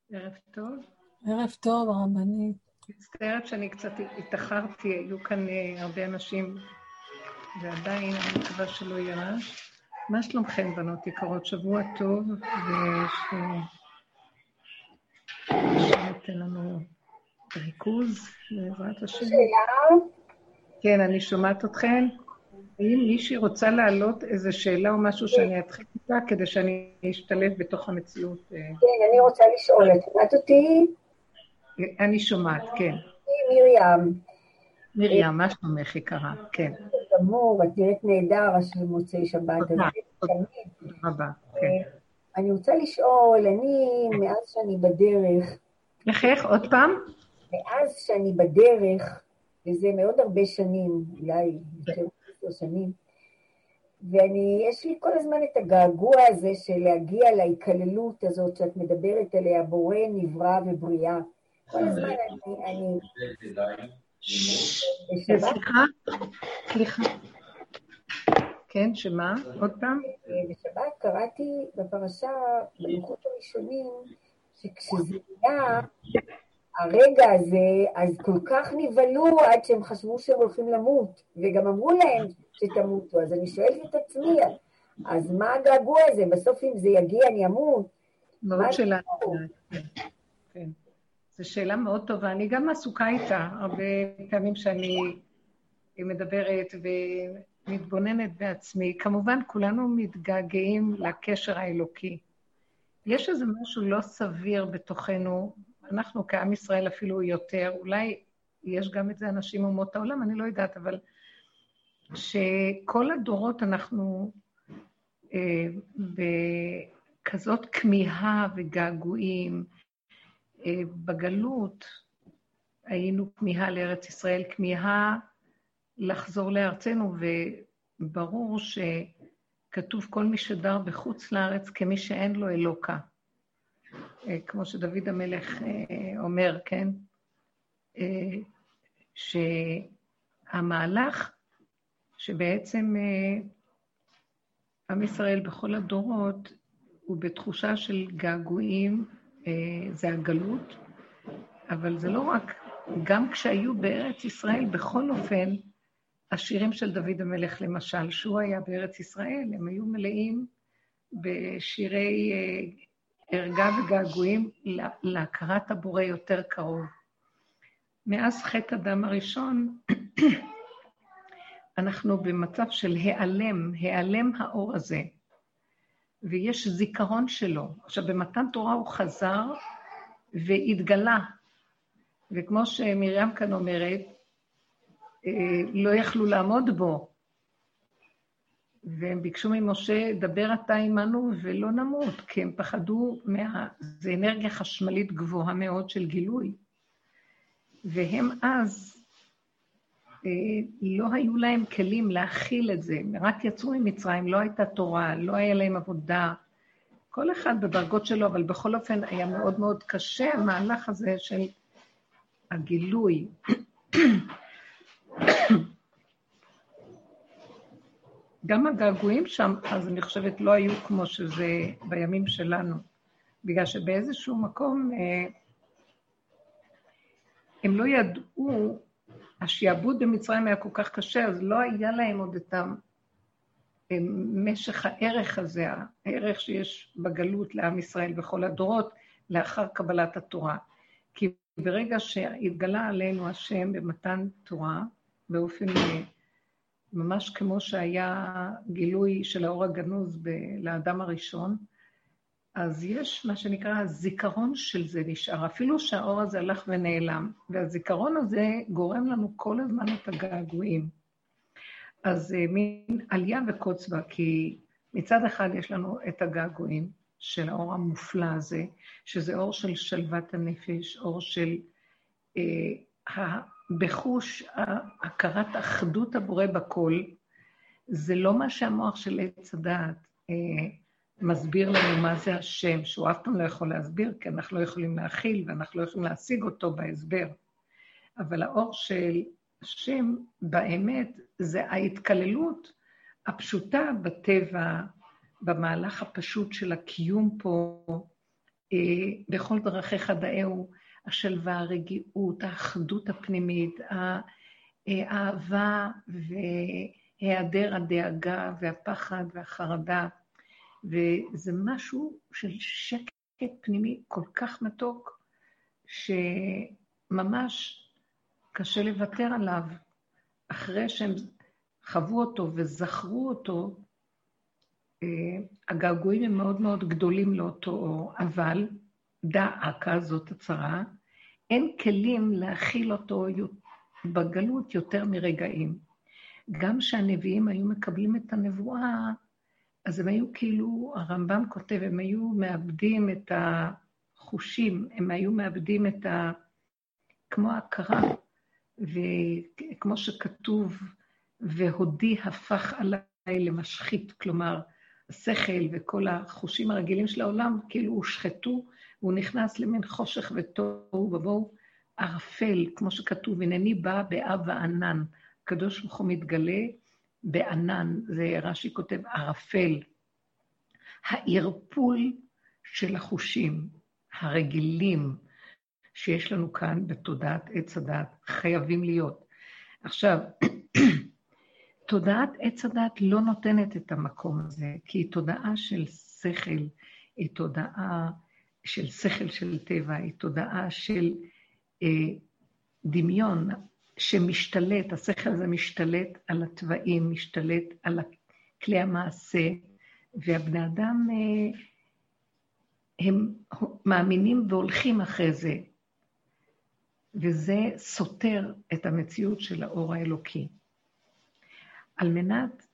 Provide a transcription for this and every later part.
ערב טוב. ערב טוב, הרבנית. מצטערת שאני קצת התאחרתי, היו כאן הרבה אנשים, ועדיין אני מקווה שלא יהיה רעש. מה שלומכם בנות יקרות? שבוע טוב, ושנותן לנו ריכוז בעזרת השם. שאלה? כן, אני שומעת אתכן. האם מישהי רוצה להעלות איזו שאלה או משהו שאני אתחיל איתה, כדי שאני אשתלב בתוך המציאות? כן, אני רוצה לשאול, את שומעת אותי? אני שומעת, כן. מרים. מרים, מה שלומך יקרה? כן. גמור, את נראית נהדר של מוצאי שבת. תודה, אז תודה רבה, כן. אני רוצה לשאול, אני מאז שאני בדרך, איך? עוד פעם? מאז שאני בדרך, וזה מאוד הרבה שנים, אולי יותר מ10 שנים, יש לי כל הזמן את הגעגוע הזה של להגיע להיקללות הזאת שאת מדברת עליה, בורא, נברא ובריאה. כל הזמן אני בשבת, סליחה. כן, שמה? עוד פעם? בשבת קראתי בפרשה, בלוחות הראשונים, שכשזה היה הרגע הזה, אז כל כך נבהלו עד שהם חשבו שהם הולכים למות, וגם אמרו להם שתמותו. אז אני שואלת את עצמי, אז מה הגעגוע הזה? בסוף אם זה יגיע אני אמות? מאוד שאלה. כן. זו שאלה מאוד טובה. אני גם עסוקה איתה הרבה פעמים שאני מדברת ומתבוננת בעצמי. כמובן, כולנו מתגעגעים לקשר האלוקי. יש איזה משהו לא סביר בתוכנו, אנחנו כעם ישראל אפילו יותר, אולי יש גם את זה אנשים מאומות העולם, אני לא יודעת, אבל שכל הדורות אנחנו בכזאת כמיהה וגעגועים, בגלות היינו כמיהה לארץ ישראל, כמיהה לחזור לארצנו, וברור שכתוב כל מי שדר בחוץ לארץ כמי שאין לו אלוקה. כמו שדוד המלך אומר, כן? שהמהלך שבעצם עם ישראל בכל הדורות הוא בתחושה של געגועים, זה הגלות, אבל זה לא רק, גם כשהיו בארץ ישראל, בכל אופן, השירים של דוד המלך למשל, שהוא היה בארץ ישראל, הם היו מלאים בשירי הרגע וגעגועים להכרת הבורא יותר קרוב. מאז חטא אדם הראשון, אנחנו במצב של העלם האור הזה, ויש זיכרון שלו. עכשיו, במתן תורה הוא חזר והתגלה, וכמו שמרים כאן אומרת, לא יכלו לעמוד בו, והם ביקשו ממשה, דבר אתה עמנו ולא נמות, כי הם פחדו זה אנרגיה חשמלית גבוהה מאוד של גילוי. והם אז לא היו להם כלים להכיל את זה, רק יצאו ממצרים, לא הייתה תורה, לא היה להם עבודה, כל אחד בדרגות שלו, אבל בכל אופן היה מאוד מאוד קשה המהלך הזה של הגילוי. גם הגעגועים שם, אז אני חושבת, לא היו כמו שזה בימים שלנו, בגלל שבאיזשהו מקום הם לא ידעו, השעבוד במצרים היה כל כך קשה, אז לא היה להם עוד את משך הערך הזה, הערך שיש בגלות לעם ישראל בכל הדורות, לאחר קבלת התורה. כי ברגע שהתגלה עלינו השם במתן תורה, באופן ממש כמו שהיה גילוי של האור הגנוז לאדם הראשון, אז יש מה שנקרא הזיכרון של זה נשאר, אפילו שהאור הזה הלך ונעלם, והזיכרון הזה גורם לנו כל הזמן את הגעגועים. אז מין עלייה וקוץ בה, כי מצד אחד יש לנו את הגעגועים של האור המופלא הזה, שזה אור של שלוות הנפש, אור של בחוש הכרת אחדות הבורא בכל. זה לא מה שהמוח של עץ הדעת מסביר לנו מה זה השם, שהוא אף פעם לא יכול להסביר, כי אנחנו לא יכולים להכיל ואנחנו לא יכולים להשיג אותו בהסבר. אבל האור של השם באמת זה ההתקללות הפשוטה בטבע, במהלך הפשוט של הקיום פה, בכל דרכיך דאהו, השלווה, הרגיעות, האחדות הפנימית, האהבה והיעדר הדאגה והפחד והחרדה, וזה משהו של שקט פנימי כל כך מתוק, שממש קשה לוותר עליו. אחרי שהם חוו אותו וזכרו אותו, הגעגועים הם מאוד מאוד גדולים לאותו אור, אבל דאקה זאת הצרה, אין כלים להכיל אותו בגלות יותר מרגעים. גם שהנביאים היו מקבלים את הנבואה, אז הם היו כאילו, הרמב"ם כותב, הם היו מאבדים את החושים, הם היו מאבדים את כמו ההכרה, וכמו שכתוב, והודי הפך עליי למשחית, כלומר, השכל וכל החושים הרגילים של העולם כאילו הושחתו, והוא נכנס למין חושך ותוהו ובוהו ערפל, כמו שכתוב, הנני בא באב וענן, הקדוש ברוך הוא מתגלה בענן, זה רש"י כותב ערפל, הערפול של החושים הרגילים שיש לנו כאן בתודעת עץ הדת, חייבים להיות. עכשיו, תודעת עץ הדת לא נותנת את המקום הזה, כי היא תודעה של שכל, היא תודעה של שכל של טבע, היא תודעה של דמיון שמשתלט, השכל הזה משתלט על הטבעים, משתלט על כלי המעשה, והבני אדם הם מאמינים והולכים אחרי זה, וזה סותר את המציאות של האור האלוקי. על מנת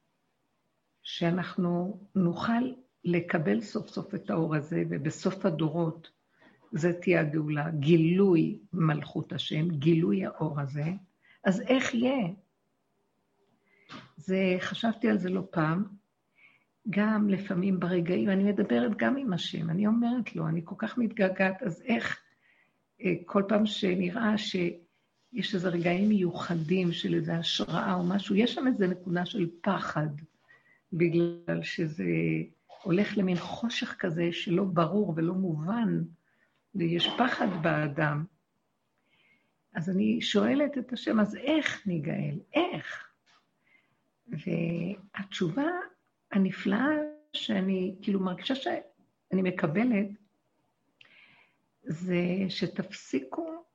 שאנחנו נוכל לקבל סוף סוף את האור הזה, ובסוף הדורות זה תהיה הגאולה, גילוי מלכות השם, גילוי האור הזה, אז איך יהיה? חשבתי על זה לא פעם, גם לפעמים ברגעים, אני מדברת גם עם השם, אני אומרת לו, אני כל כך מתגעגעת, אז איך כל פעם שנראה יש איזה רגעים מיוחדים של איזו השראה או משהו, יש שם איזו נקודה של פחד, בגלל שזה הולך למין חושך כזה שלא ברור ולא מובן, ויש פחד באדם. אז אני שואלת את השם, אז איך ניגאל? איך? והתשובה הנפלאה שאני כאילו מרגישה שאני מקבלת, זה שתפסיקו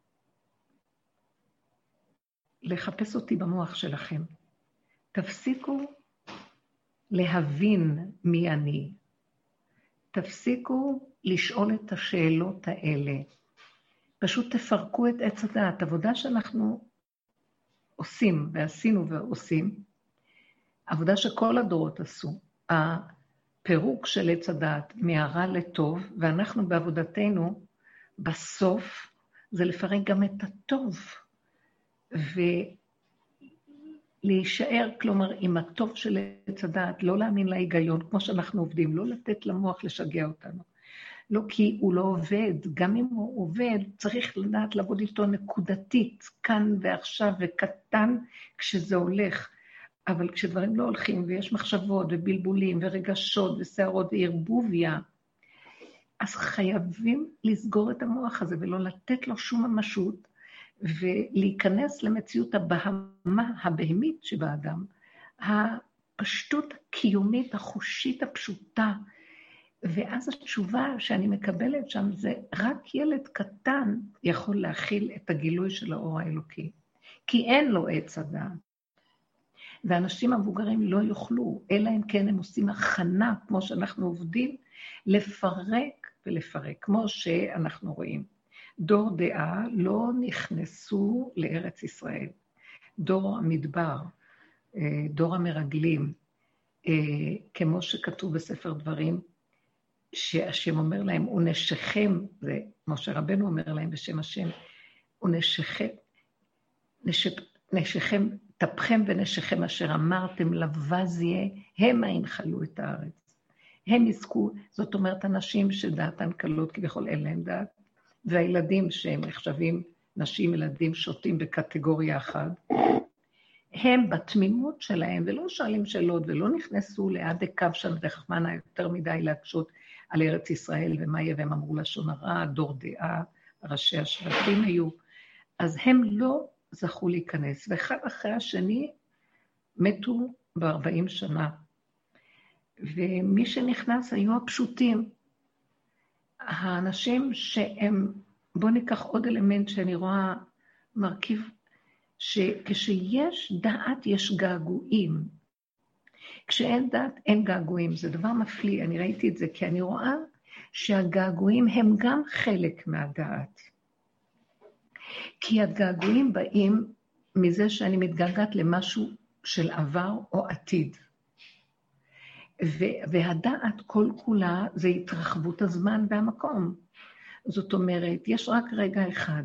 לחפש אותי במוח שלכם. תפסיקו להבין מי אני. תפסיקו לשאול את השאלות האלה. פשוט תפרקו את עץ הדעת. עבודה שאנחנו עושים ועשינו ועושים, עבודה שכל הדורות עשו. הפירוק של עץ הדעת מהרע לטוב, ואנחנו בעבודתנו בסוף זה לפרק גם את הטוב. ולהישאר, כלומר, עם הטוב של עץ הדעת, לא להאמין להיגיון, כמו שאנחנו עובדים, לא לתת למוח לשגע אותנו. לא כי הוא לא עובד, גם אם הוא עובד, צריך לדעת לעבוד איתו נקודתית, כאן ועכשיו וקטן כשזה הולך. אבל כשדברים לא הולכים ויש מחשבות ובלבולים ורגשות ושערות וערבוביה, אז חייבים לסגור את המוח הזה ולא לתת לו שום ממשות, ולהיכנס למציאות הבהמה, הבהמית שבאדם, הפשטות הקיומית, החושית הפשוטה, ואז התשובה שאני מקבלת שם זה רק ילד קטן יכול להכיל את הגילוי של האור האלוקי, כי אין לו עץ הדעת. ואנשים המבוגרים לא יוכלו, אלא אם כן הם עושים הכנה, כמו שאנחנו עובדים, לפרק ולפרק, כמו שאנחנו רואים. דור דעה לא נכנסו לארץ ישראל. דור המדבר, דור המרגלים, כמו שכתוב בספר דברים, שהשם אומר להם, ונשכם, זה כמו שרבנו אומר להם בשם השם, ונשכם, תפכם ונשכם אשר אמרתם לבז יהיה, הם ינחלו את הארץ. הם יזכו, זאת אומרת, אנשים שדעתן קלות, כביכול אין להם דעת, והילדים שהם נחשבים, נשים, ילדים שותים בקטגוריה אחת, הם בתמימות שלהם, ולא שואלים שאלות, ולא נכנסו ליד הקו שם, וחכמנה יותר מדי להקשות, על ארץ ישראל ומה יהיה, והם אמרו לשון הרע, דור דעה, ראשי השבטים היו, אז הם לא זכו להיכנס, ואחד אחרי השני מתו ב-40 שנה. ומי שנכנס היו הפשוטים, האנשים שהם, בוא ניקח עוד אלמנט שאני רואה מרכיב, שכשיש דעת יש געגועים, כשאין דעת אין געגועים, זה דבר מפליא, אני ראיתי את זה, כי אני רואה שהגעגועים הם גם חלק מהדעת. כי הגעגועים באים מזה שאני מתגעגעת למשהו של עבר או עתיד. והדעת כל כולה זה התרחבות הזמן והמקום. זאת אומרת, יש רק רגע אחד,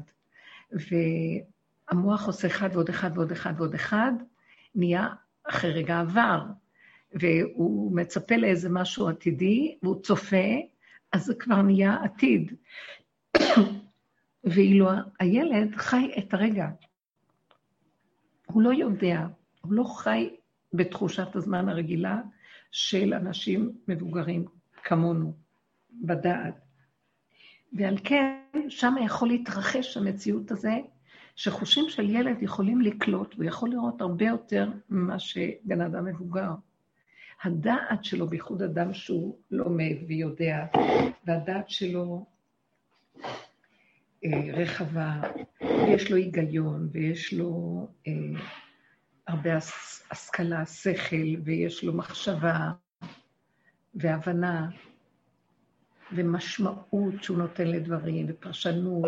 והמוח עושה אחד ועוד אחד ועוד אחד ועוד אחד, נהיה אחרי רגע עבר, והוא מצפה לאיזה משהו עתידי, והוא צופה, אז זה כבר נהיה עתיד. ואילו הילד חי את הרגע. הוא לא יודע, הוא לא חי בתחושת הזמן הרגילה של אנשים מבוגרים כמונו, בדעת. ועל כן, שם יכול להתרחש המציאות הזה, שחושים של ילד יכולים לקלוט, הוא יכול לראות הרבה יותר ממה שבן אדם מבוגר. הדעת שלו, בייחוד אדם שהוא לומד ויודע, והדעת שלו רחבה, ויש לו היגיון, ויש לו הרבה השכלה, שכל, ויש לו מחשבה, והבנה, ומשמעות שהוא נותן לדברים, ופרשנות,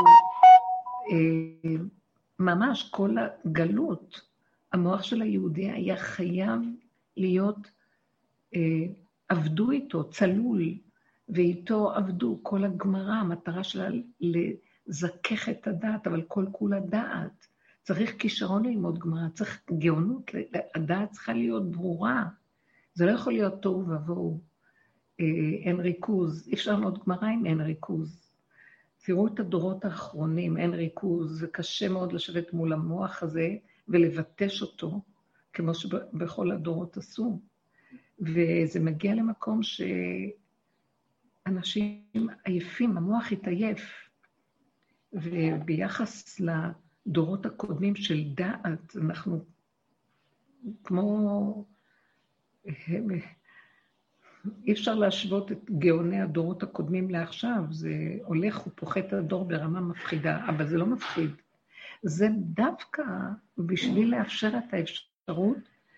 והוא ממש כל הגלות, המוח של היהודי היה חייב להיות, עבדו איתו, צלול, ואיתו עבדו, כל הגמרא, המטרה שלה לזכך את הדעת, אבל כל כולה דעת. צריך כישרון ללמוד גמרא, צריך גאונות, הדעת צריכה להיות ברורה. זה לא יכול להיות תוהו ובוהו, אין ריכוז, אי אפשר ללמוד גמרא אם אין ריכוז. תראו את הדורות האחרונים, אין ריכוז, זה קשה מאוד לשבת מול המוח הזה ולבטש אותו, כמו שבכל הדורות עשו. וזה מגיע למקום שאנשים עייפים, המוח התעייף, וביחס לדורות הקודמים של דעת, אנחנו כמו, אי אפשר להשוות את גאוני הדורות הקודמים לעכשיו, זה הולך ופוחת הדור ברמה מפחידה, אבל זה לא מפחיד. זה דווקא בשביל לאפשר את האפשרות,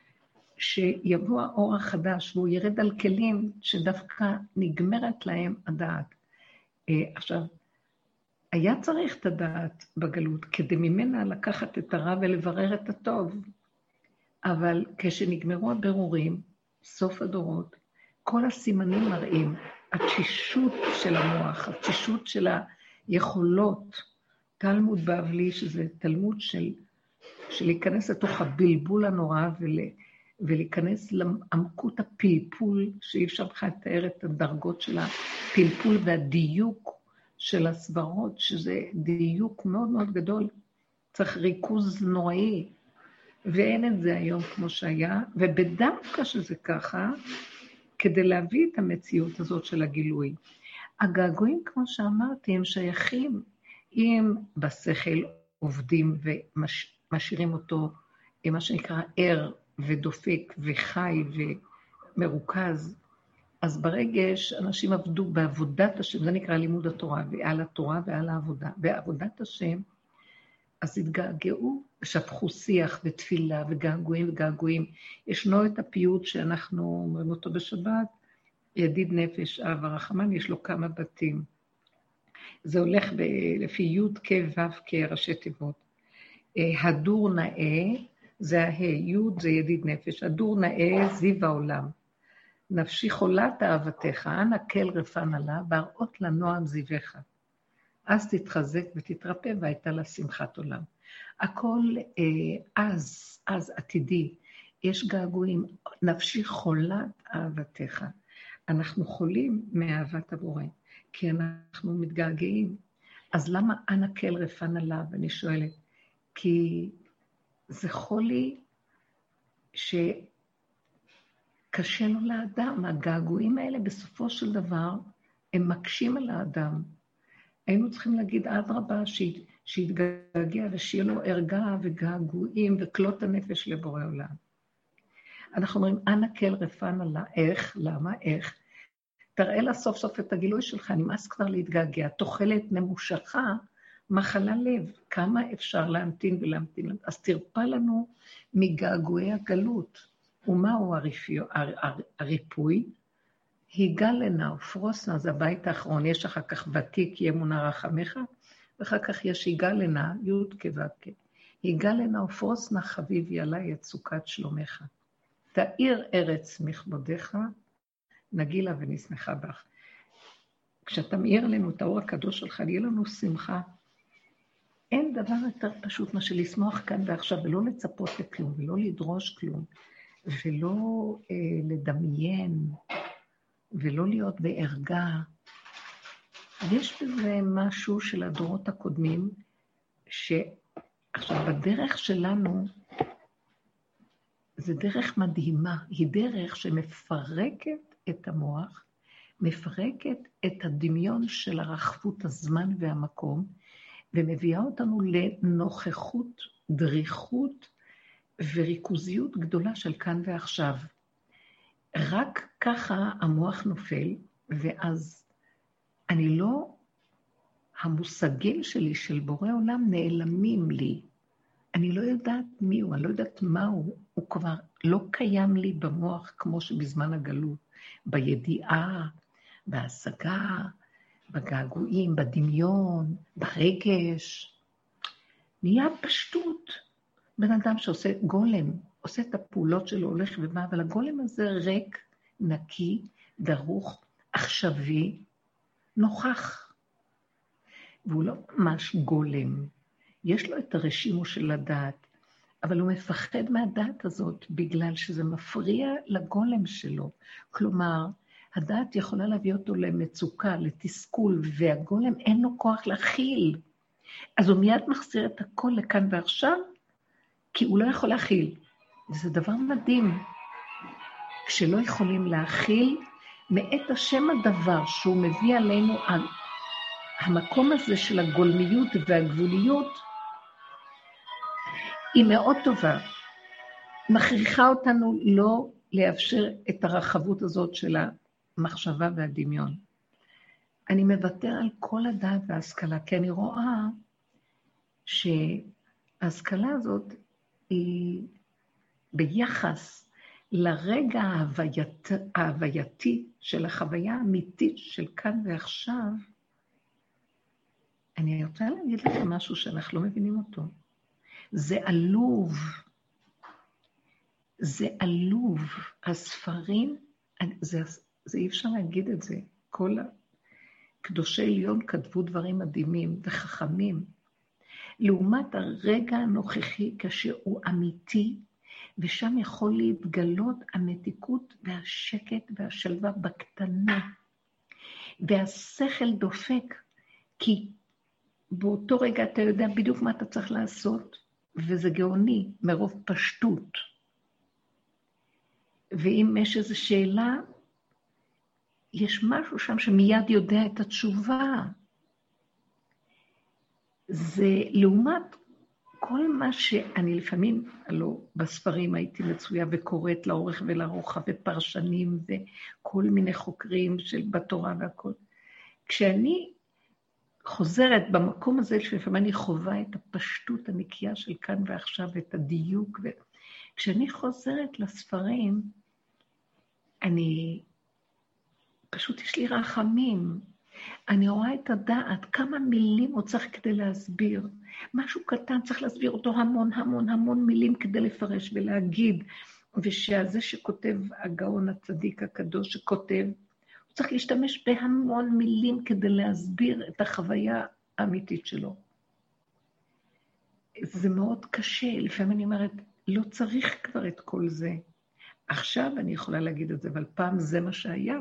שיבוא האור החדש, והוא ירד על כלים שדווקא נגמרת להם הדעת. עכשיו, היה צריך את הדעת בגלות, כדי ממנה לקחת את הרע ולברר את הטוב, אבל כשנגמרו הבירורים, סוף הדורות, כל הסימנים מראים, התשישות של המוח, התשישות של היכולות, תלמוד בבלי, שזה תלמוד של להיכנס לתוך הבלבול הנורא, ולהיכנס לעמקות הפלפול, שאי אפשר בכלל לתאר את הדרגות של הפלפול והדיוק של הסברות, שזה דיוק מאוד מאוד גדול, צריך ריכוז נוראי, ואין את זה היום כמו שהיה, ובדווקא שזה ככה, כדי להביא את המציאות הזאת של הגילוי. הגעגועים, כמו שאמרתי, הם שייכים, אם בשכל עובדים ומשאירים אותו, מה שנקרא ער ודופק וחי ומרוכז, אז ברגש אנשים עבדו בעבודת השם, זה נקרא לימוד התורה, ועל התורה ועל העבודה. בעבודת השם, אז התגעגעו, שפכו שיח ותפילה וגעגועים וגעגועים. ישנו את הפיוט שאנחנו אומרים אותו בשבת, ידיד נפש, אב הרחמן, יש לו כמה בתים. זה הולך לפי י' כ' ו' כ' ראשי תיבות. הדור נאה, זה י' זה ידיד נפש, הדור נאה זיו העולם. נפשי חולת אהבתך, אנא כל רפן עלה, והראות לנועם זיווך. אז תתחזק ותתרפא, והייתה לה שמחת עולם. הכל אז עתידי, יש געגועים, נפשי חולת אהבתך. אנחנו חולים מאהבת הבורא, כי אנחנו מתגעגעים. אז למה אנא כל רפן עלה? ואני שואלת, כי זה חולי קשה לו לאדם. הגעגועים האלה בסופו של דבר, הם מקשים על האדם. היינו צריכים להגיד אדרבה, שיתגעגע ושיהיה לו ערגה וגעגועים וכלות הנפש לבורא עולם. אנחנו אומרים, אנא כל רפנה לה, איך? למה? איך? תראה לה סוף סוף את הגילוי שלך, נמאס כבר להתגעגע, תוחלת ממושכה, מחלה לב, כמה אפשר להמתין ולהמתין, אז תרפא לנו מגעגועי הגלות. ומהו הריפוי? היגע לנה ופרוסנה, זה הבית האחרון, יש אחר כך ותיק ימונה רחמך, ואחר כך יש היגע לנה, י' כו' היגע לנה ופרוסנה חביבי עלי את סוכת שלומך. תאיר ארץ מכבודך, נגילה ונשמחה בך. כשאתה מאיר לנו את האור הקדוש שלך, יהיה לנו שמחה. אין דבר יותר פשוט מה שלשמוח כאן ועכשיו, ולא לצפות לכלום, ולא לדרוש כלום, ולא לדמיין, ולא להיות בערגה. יש בזה משהו של הדורות הקודמים, עכשיו בדרך שלנו, זה דרך מדהימה, היא דרך שמפרקת את המוח, מפרקת את הדמיון של הרחבות הזמן והמקום, ומביאה אותנו לנוכחות, דריכות וריכוזיות גדולה של כאן ועכשיו. רק ככה המוח נופל, ואז אני לא, המושגים שלי של בורא עולם נעלמים לי. אני לא יודעת מי הוא, אני לא יודעת מה הוא כבר לא קיים לי במוח כמו שבזמן הגלות, בידיעה, בהשגה, בגעגועים, בדמיון, ברגש. נהיה פשטות. בן אדם שעושה גולם, עושה את הפעולות שלו, הולך ובא, אבל הגולם הזה ריק, נקי, דרוך, עכשווי, נוכח. והוא לא ממש גולם. יש לו את הרשימו של הדעת, אבל הוא מפחד מהדעת הזאת, בגלל שזה מפריע לגולם שלו. כלומר, הדעת יכולה להביא אותו למצוקה, לתסכול, והגולם אין לו כוח להכיל. אז הוא מיד מחזיר את הכל לכאן ועכשיו, כי הוא לא יכול להכיל. וזה דבר מדהים. כשלא יכולים להכיל, מאת השם הדבר שהוא מביא עלינו, המקום הזה של הגולמיות והגבוליות, היא מאוד טובה. מכריחה אותנו לא לאפשר את הרחבות הזאת של המחשבה והדמיון. אני מוותר על כל הדעת וההשכלה, כי אני רואה שההשכלה הזאת היא ביחס לרגע ההווייתי של החוויה האמיתית של כאן ועכשיו. אני רוצה להגיד לכם משהו שאנחנו לא מבינים אותו. זה עלוב. זה עלוב. הספרים, זה אי אפשר להגיד את זה. כל קדושי עליון כתבו דברים מדהימים וחכמים. לעומת הרגע הנוכחי כשהוא אמיתי, ושם יכול להתגלות המתיקות והשקט והשלווה בקטנה. והשכל דופק, כי באותו רגע אתה יודע בדיוק מה אתה צריך לעשות, וזה גאוני מרוב פשטות. ואם יש איזו שאלה, יש משהו שם שמיד יודע את התשובה. זה לעומת כל מה שאני לפעמים, הלוא בספרים הייתי מצויה וקוראת לאורך ולרוחב ופרשנים וכל מיני חוקרים של בתורה והכל. כשאני חוזרת במקום הזה שלפעמים אני חווה את הפשטות הנקייה של כאן ועכשיו, את הדיוק, כשאני חוזרת לספרים, אני פשוט יש לי רחמים. אני רואה את הדעת, כמה מילים הוא צריך כדי להסביר. משהו קטן צריך להסביר אותו המון המון המון מילים כדי לפרש ולהגיד. ושהזה שכותב הגאון הצדיק הקדוש שכותב, הוא צריך להשתמש בהמון מילים כדי להסביר את החוויה האמיתית שלו. זה מאוד קשה, לפעמים אני אומרת, לא צריך כבר את כל זה. עכשיו אני יכולה להגיד את זה, אבל פעם זה מה שהיה.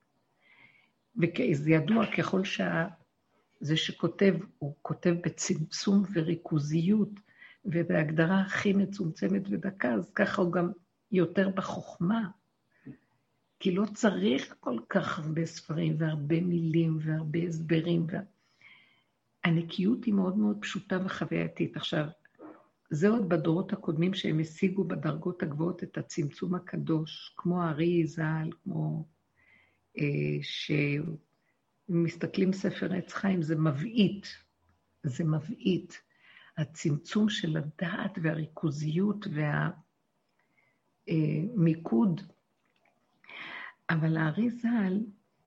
וזה ידוע ככל זה שכותב, הוא כותב בצמצום וריכוזיות, ובהגדרה הכי מצומצמת ודקה, אז ככה הוא גם יותר בחוכמה. כי לא צריך כל כך הרבה ספרים והרבה מילים והרבה הסברים. הנקיות היא מאוד מאוד פשוטה וחווייתית. עכשיו, זה עוד בדורות הקודמים שהם השיגו בדרגות הגבוהות את הצמצום הקדוש, כמו הארי ז"ל, כמו שמסתכלים ספר עץ חיים, זה מבעית, זה מבעית. הצמצום של הדעת והריכוזיות והמיקוד. אבל הארי ז"ל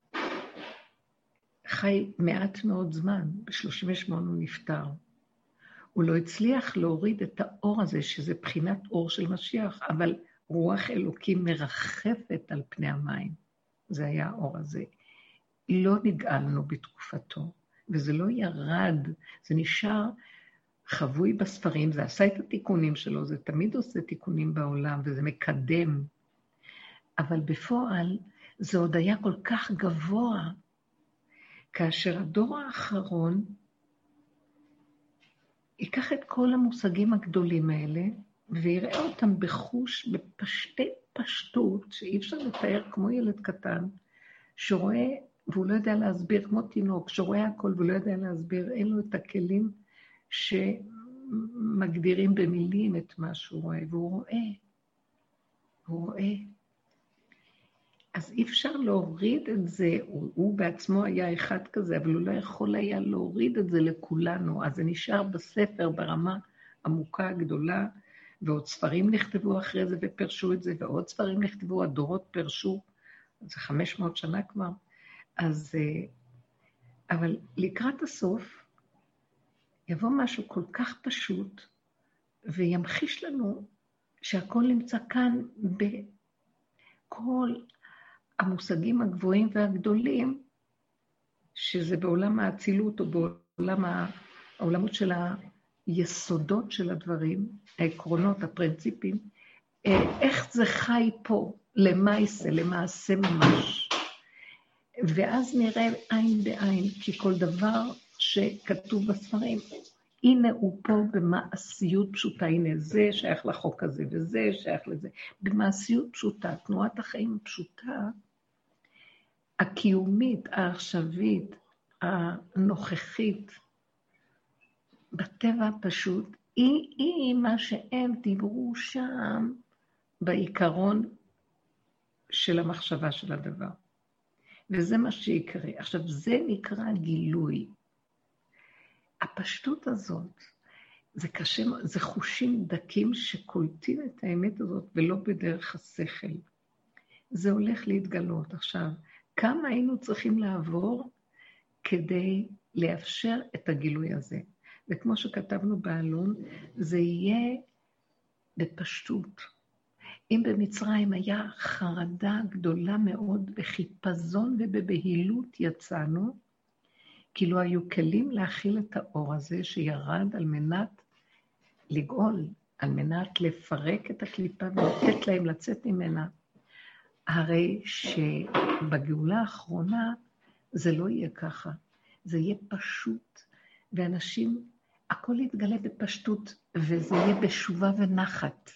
חי מעט מאוד זמן, ב-38 הוא נפטר. הוא לא הצליח להוריד את האור הזה, שזה בחינת אור של משיח, אבל רוח אלוקים מרחפת על פני המים. זה היה האור הזה. לא נגאלנו בתקופתו, וזה לא ירד, זה נשאר חבוי בספרים, זה עשה את התיקונים שלו, זה תמיד עושה תיקונים בעולם, וזה מקדם. אבל בפועל זה עוד היה כל כך גבוה, כאשר הדור האחרון ייקח את כל המושגים הגדולים האלה, ויראה אותם בחוש, בפשטי פשטות, שאי אפשר לתאר כמו ילד קטן, שרואה, והוא לא יודע להסביר, כמו תינוק, שרואה הכל ולא יודע להסביר, אין לו את הכלים שמגדירים במילים את מה שהוא רואה, והוא רואה, הוא רואה. אז אי אפשר להוריד את זה, הוא בעצמו היה אחד כזה, אבל הוא לא יכול היה להוריד את זה לכולנו, אז זה נשאר בספר ברמה עמוקה גדולה, ועוד ספרים נכתבו אחרי זה ופרשו את זה, ועוד ספרים נכתבו, הדורות פרשו, זה 500 שנה כבר, אז, אבל לקראת הסוף, יבוא משהו כל כך פשוט, וימחיש לנו שהכל נמצא כאן בכל המושגים הגבוהים והגדולים, שזה בעולם האצילות או בעולם העולמות של היסודות של הדברים, העקרונות, הפרינציפים, איך זה חי פה, למעשה ממש. ואז נראה עין בעין, כי כל דבר שכתוב בספרים, הנה הוא פה במעשיות פשוטה, הנה זה שייך לחוק הזה וזה שייך לזה. במעשיות פשוטה, תנועת החיים פשוטה, הקיומית, העכשווית, הנוכחית, בטבע הפשוט, היא מה שהם דיברו שם בעיקרון של המחשבה של הדבר. וזה מה שיקרה. עכשיו, זה נקרא גילוי. הפשטות הזאת, זה קשה, זה חושים דקים שקולטים את האמת הזאת, ולא בדרך השכל. זה הולך להתגלות. עכשיו, כמה היינו צריכים לעבור כדי לאפשר את הגילוי הזה? וכמו שכתבנו בעלון, זה יהיה בפשטות. אם במצרים היה חרדה גדולה מאוד, בחיפזון ובבהילות יצאנו, כי לא היו כלים להכיל את האור הזה שירד על מנת לגאול, על מנת לפרק את הקליפה ולתת להם לצאת ממנה. הרי שבגאולה האחרונה זה לא יהיה ככה, זה יהיה פשוט, ואנשים, הכל יתגלה בפשטות, וזה יהיה בשובה ונחת.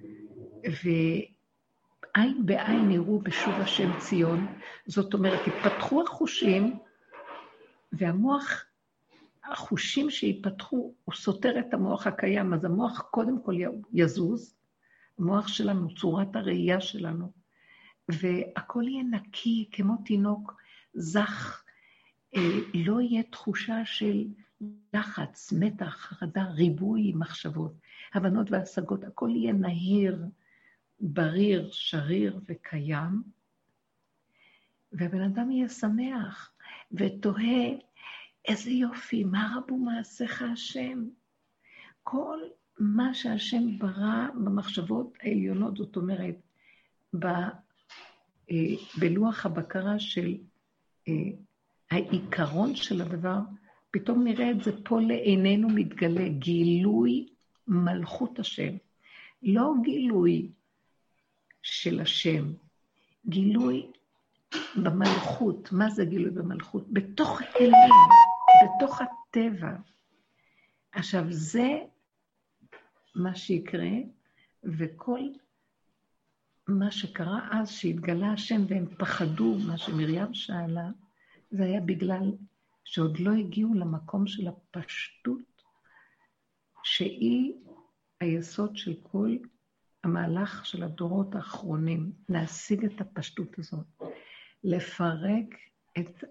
ועין בעין נראו בשוב השם ציון, זאת אומרת, יפתחו החושים, והמוח, החושים שיפתחו, הוא סותר את המוח הקיים, אז המוח קודם כל יזוז, המוח שלנו, צורת הראייה שלנו, והכל יהיה נקי כמו תינוק זך, לא יהיה תחושה של לחץ, מתח, חרדה, ריבוי מחשבות, הבנות והשגות, הכל יהיה נהיר, בריר, שריר וקיים, והבן אדם יהיה שמח ותוהה, איזה יופי, מה רבו מעשיך השם? כל מה שהשם ברא במחשבות העליונות, זאת אומרת, בלוח הבקרה של העיקרון של הדבר, פתאום נראה את זה פה לעינינו מתגלה, גילוי מלכות השם. לא גילוי של השם, גילוי במלכות. מה זה גילוי במלכות? בתוך הכלים, בתוך הטבע. עכשיו זה מה שיקרה, וכל מה שקרה אז, שהתגלה השם והם פחדו, מה שמרים שאלה, זה היה בגלל שעוד לא הגיעו למקום של הפשטות, שהיא היסוד של כל המהלך של הדורות האחרונים, להשיג את הפשטות הזאת, לפרק את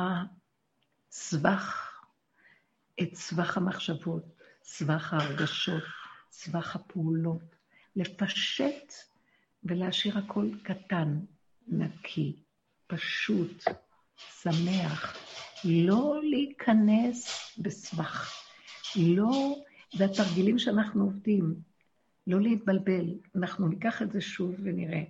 הסבך, את סבך המחשבות, סבך ההרגשות, סבך הפעולות, לפשט ולהשאיר הכל קטן, נקי, פשוט, שמח, לא להיכנס בסבך, לא, זה התרגילים שאנחנו עובדים, לא להתבלבל, אנחנו ניקח את זה שוב ונראה.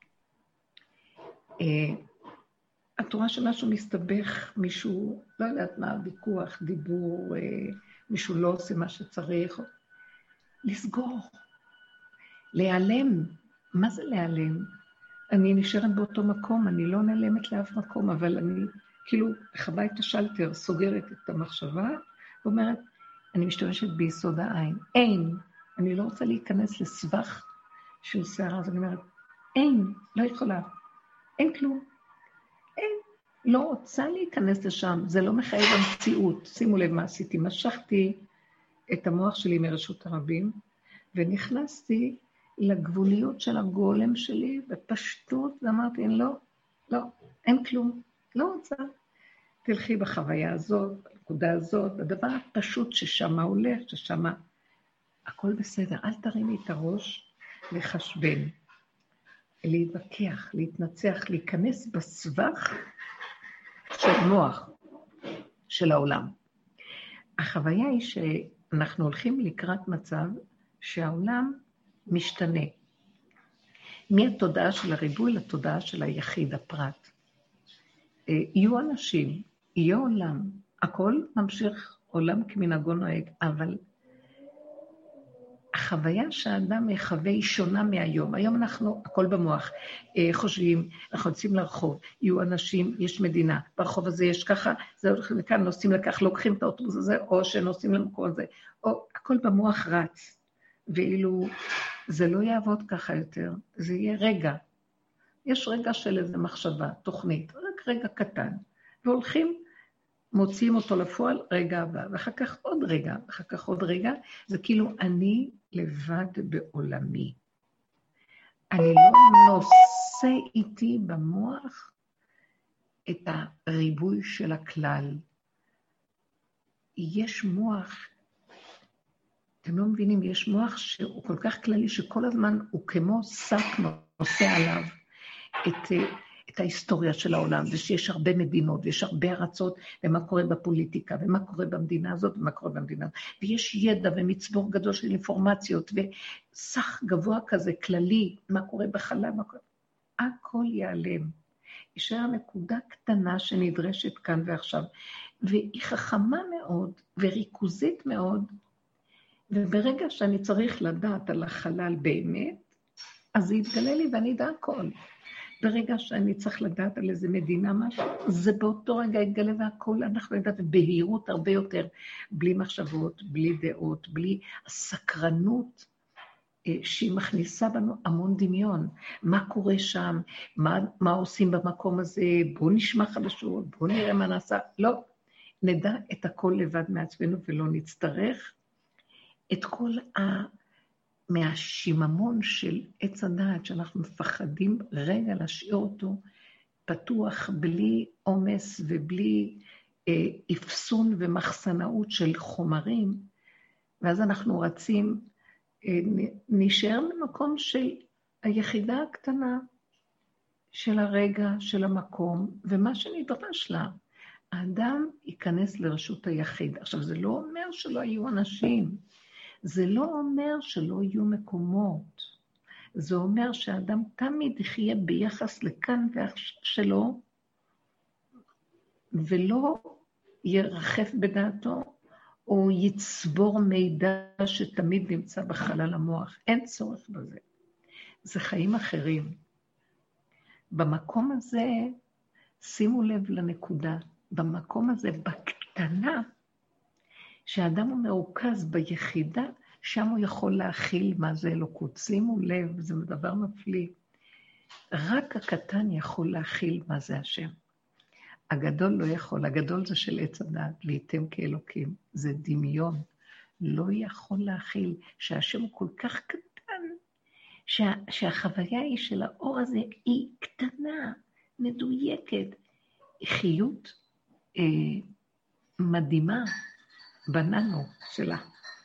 את רואה שמשהו מסתבך, מישהו, לא יודעת מה, ויכוח, דיבור, מישהו לא עושה מה שצריך, לסגור, להיעלם. מה זה להיעלם? אני נשארת באותו מקום, אני לא נעלמת לאף מקום, אבל אני כאילו חווה את השלטר, סוגרת את המחשבה, ואומרת, אני משתמשת ביסוד העין. אין, אני לא רוצה להיכנס לסבך של שערה, אז אני אומרת, אין, לא יכולה, אין כלום, אין, לא רוצה להיכנס לשם, זה לא מחייב המציאות. שימו לב מה עשיתי, משכתי את המוח שלי מרשות הרבים, ונכנסתי לגבוליות של הגולם שלי, בפשטות, ואמרתי, לא, אין כלום, לא רוצה. תלכי בחוויה הזאת, בנקודה הזאת, בדבר הפשוט ששמה הולך, ששמה, הכל בסדר, אל תרימי את הראש לחשבן, להתווכח, להתנצח, להיכנס בסבך של מוח של העולם. החוויה היא שאנחנו הולכים לקראת מצב שהעולם משתנה. מהתודעה של הריבוי לתודעה של היחיד, הפרט. יהיו אנשים, יהיה עולם, הכל ממשיך עולם כמנהגו נוהג, אבל החוויה שהאדם יחווה היא שונה מהיום. היום אנחנו, הכל במוח, חושבים, אנחנו יוצאים לרחוב, יהיו אנשים, יש מדינה, ברחוב הזה יש ככה, זה הולכים לכאן, נוסעים לכך, לוקחים את האוטובוס הזה, או שנוסעים למקום הזה, או הכל במוח רץ, ואילו זה לא יעבוד ככה יותר, זה יהיה רגע. יש רגע של איזו מחשבה, תוכנית, רק רגע קטן, והולכים, מוציאים אותו לפועל, רגע הבא, ואחר כך עוד רגע, ואחר כך עוד רגע, זה כאילו אני לבד בעולמי. אני לא נושא איתי במוח את הריבוי של הכלל. יש מוח, אתם לא מבינים, יש מוח שהוא כל כך כללי, שכל הזמן הוא כמו שק נושא עליו את ההיסטוריה של העולם, ושיש הרבה מדינות, ויש הרבה ארצות, ומה קורה בפוליטיקה, ומה קורה במדינה הזאת, ומה קורה במדינה הזאת. ויש ידע ומצבור גדול של אינפורמציות, וסך גבוה כזה כללי, מה קורה בחלל, מה קורה. הכל ייעלם. יישאר נקודה קטנה שנדרשת כאן ועכשיו, והיא חכמה מאוד, וריכוזית מאוד, וברגע שאני צריך לדעת על החלל באמת, אז זה יתגלה לי ואני אדע הכל. ברגע שאני צריך לדעת על איזה מדינה משהו, זה באותו רגע יתגלה והכל, אנחנו יודעת בהירות הרבה יותר, בלי מחשבות, בלי דעות, בלי הסקרנות שהיא מכניסה בנו המון דמיון. מה קורה שם, מה עושים במקום הזה, בואו נשמע חדשות, בואו נראה מה נעשה. לא, נדע את הכל לבד מעצמנו ולא נצטרך את כל מהשיממון של עץ הדעת, שאנחנו מפחדים רגע להשאיר אותו פתוח, בלי עומס ובלי אפסון ומחסנאות של חומרים, ואז אנחנו רצים, נשאר במקום של היחידה הקטנה של הרגע, של המקום, ומה שנדרש לה. האדם ייכנס לרשות היחיד. עכשיו, זה לא אומר שלא היו אנשים, זה לא אומר שלא יהיו מקומות, זה אומר שהאדם תמיד יחיה ביחס לכאן שלו, ולא ירחף בדעתו, או יצבור מידע שתמיד נמצא בחלל המוח. אין צורך בזה. זה חיים אחרים. במקום הזה, שימו לב לנקודה, במקום הזה, בקטנה, שהאדם הוא מרוכז ביחידה, שם הוא יכול להכיל מה זה אלוקות. שימו לב, זה דבר מפליא. רק הקטן יכול להכיל מה זה השם. הגדול לא יכול, הגדול זה של עץ הדעת, להיתם כאלוקים, זה דמיון. לא יכול להכיל שהשם הוא כל כך קטן, שהחוויה היא של האור הזה היא קטנה, מדויקת, חיות מדהימה בננו שלה.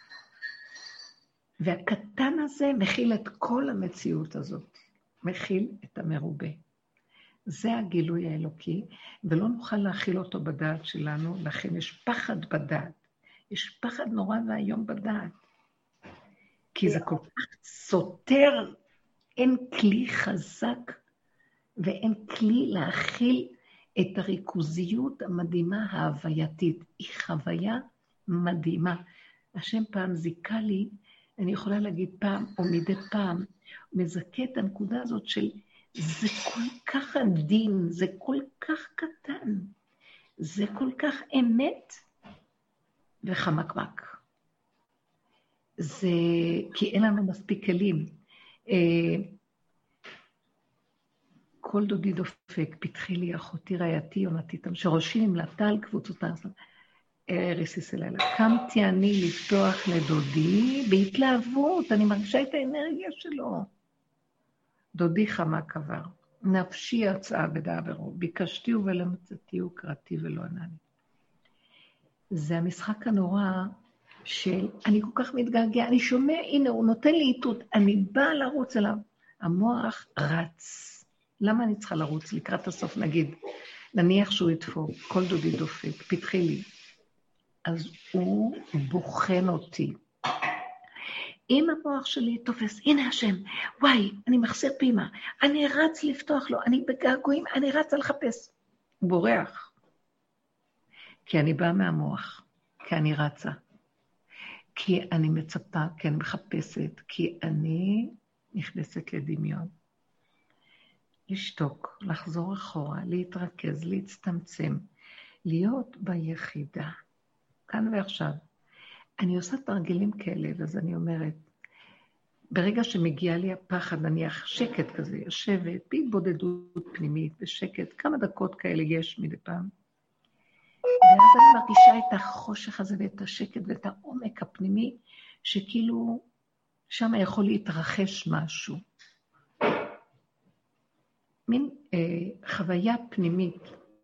והקטן הזה מכיל את כל המציאות הזאת, מכיל את המרובה. זה הגילוי האלוקי, ולא נוכל להכיל אותו בדעת שלנו, לכן יש פחד בדעת. יש פחד נורא והיום בדעת. כי זה כל כך סותר, אין כלי חזק, ואין כלי להכיל את הריכוזיות המדהימה ההווייתית. היא חוויה מדהימה. השם פעם זיקה לי, אני יכולה להגיד פעם או מדי פעם, מזכה את הנקודה הזאת של זה כל כך עדין, זה כל כך קטן, זה כל כך אמת וחמקמק. זה כי אין לנו מספיק כלים. כל דודי דופק, פתחי לי אחותי רעייתי יונתיתם, שראשי נמלטה על קבוצות האסלם. רסיס אלילה. קמתי אני לפתוח לדודי בהתלהבות, אני מרגישה את האנרגיה שלו. דודי חמק עבר, נפשי יצאה בדברו, ביקשתי ולא מצאתי וקראתי ולא ענני. זה המשחק הנורא של, אני כל כך מתגעגע, אני שומע, הנה הוא נותן לי איתות, אני באה לרוץ אליו, המוח רץ. למה אני צריכה לרוץ לקראת הסוף, נגיד, נניח שהוא ידפוק, כל דודי דופק, פתחי לי. אז הוא בוחן אותי. אם המוח שלי תופס, הנה השם, וואי, אני מחסר פעימה, אני רץ לפתוח לו, אני בגעגועים, אני רץ לחפש. הוא בורח. כי אני באה מהמוח, כי אני רצה, כי אני מצפה, כי אני מחפשת, כי אני נכנסת לדמיון. לשתוק, לחזור אחורה, להתרכז, להצטמצם, להיות ביחידה. כאן ועכשיו. אני עושה תרגילים כאלה, אז אני אומרת, ברגע שמגיע לי הפחד, נניח שקט כזה, יושבת, בהתבודדות פנימית, בשקט, כמה דקות כאלה יש מדי פעם. ואז אני מרגישה את החושך הזה ואת השקט ואת העומק הפנימי, שכאילו שם יכול להתרחש משהו. מין חוויה פנימית.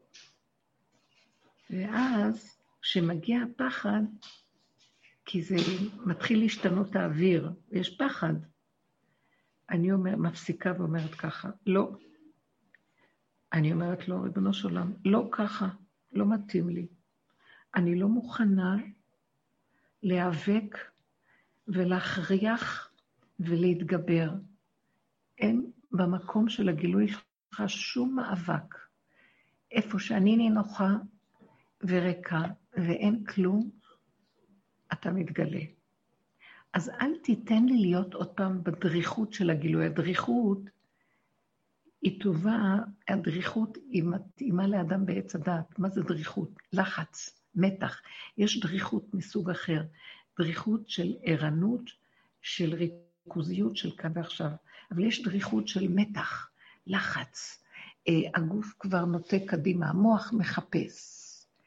ואז כשמגיע הפחד, כי זה מתחיל להשתנות האוויר, ויש פחד. אני מפסיקה ואומרת ככה, לא. אני אומרת לו, ריבונו של עולם, לא ככה, לא מתאים לי. אני לא מוכנה להיאבק ולהכריח ולהתגבר. אין במקום של הגילוי שלך שום מאבק. איפה שאני נינוחה וריקה ואין כלום, אתה מתגלה. אז אל תיתן לי להיות עוד פעם בדריכות של הגילוי. הדריכות היא טובה, הדריכות היא מתאימה לאדם בעץ הדעת. מה זה דריכות? לחץ, מתח. יש דריכות מסוג אחר. דריכות של ערנות, של ריכוזיות של כאן ועכשיו. אבל יש דריכות של מתח, לחץ. הגוף כבר נוטה קדימה, המוח מחפש.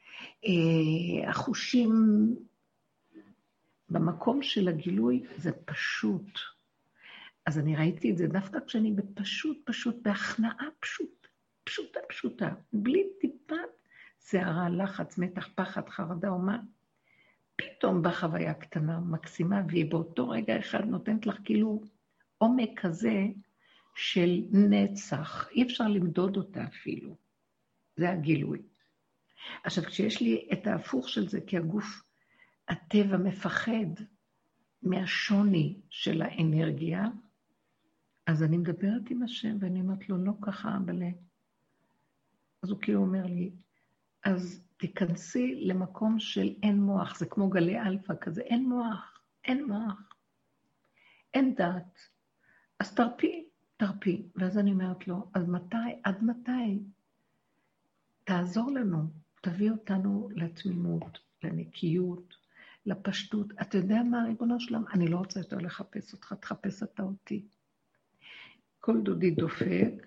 החושים במקום של הגילוי זה פשוט. אז אני ראיתי את זה דווקא כשאני פשוט, בהכנעה פשוטה, בלי טיפת שערה, לחץ, מתח, פחד, חרדה או מה. פתאום בחוויה קטנה, מקסימה, והיא באותו רגע אחד נותנת לך כאילו עומק כזה של נצח. אי אפשר למדוד אותה אפילו. זה הגילוי. עכשיו, כשיש לי את ההפוך של זה, כי הגוף, הטבע מפחד מהשוני של האנרגיה, אז אני מדברת עם השם, ואני אומרת לו, לא ככה, אבל... אז הוא כאילו אומר לי, אז תיכנסי למקום של אין מוח, זה כמו גלי אלפא כזה, אין מוח, אין דעת. אז תרפי. ואז אני אומרת לו, אז עד מתי? תעזור לנו, תביא אותנו לתמימות, לנקיות, לפשטות. אתה יודע מה, ריבונו שלם? אני לא רוצה יותר לחפש אותך, תחפש אתה אותי. כל דודי דופק,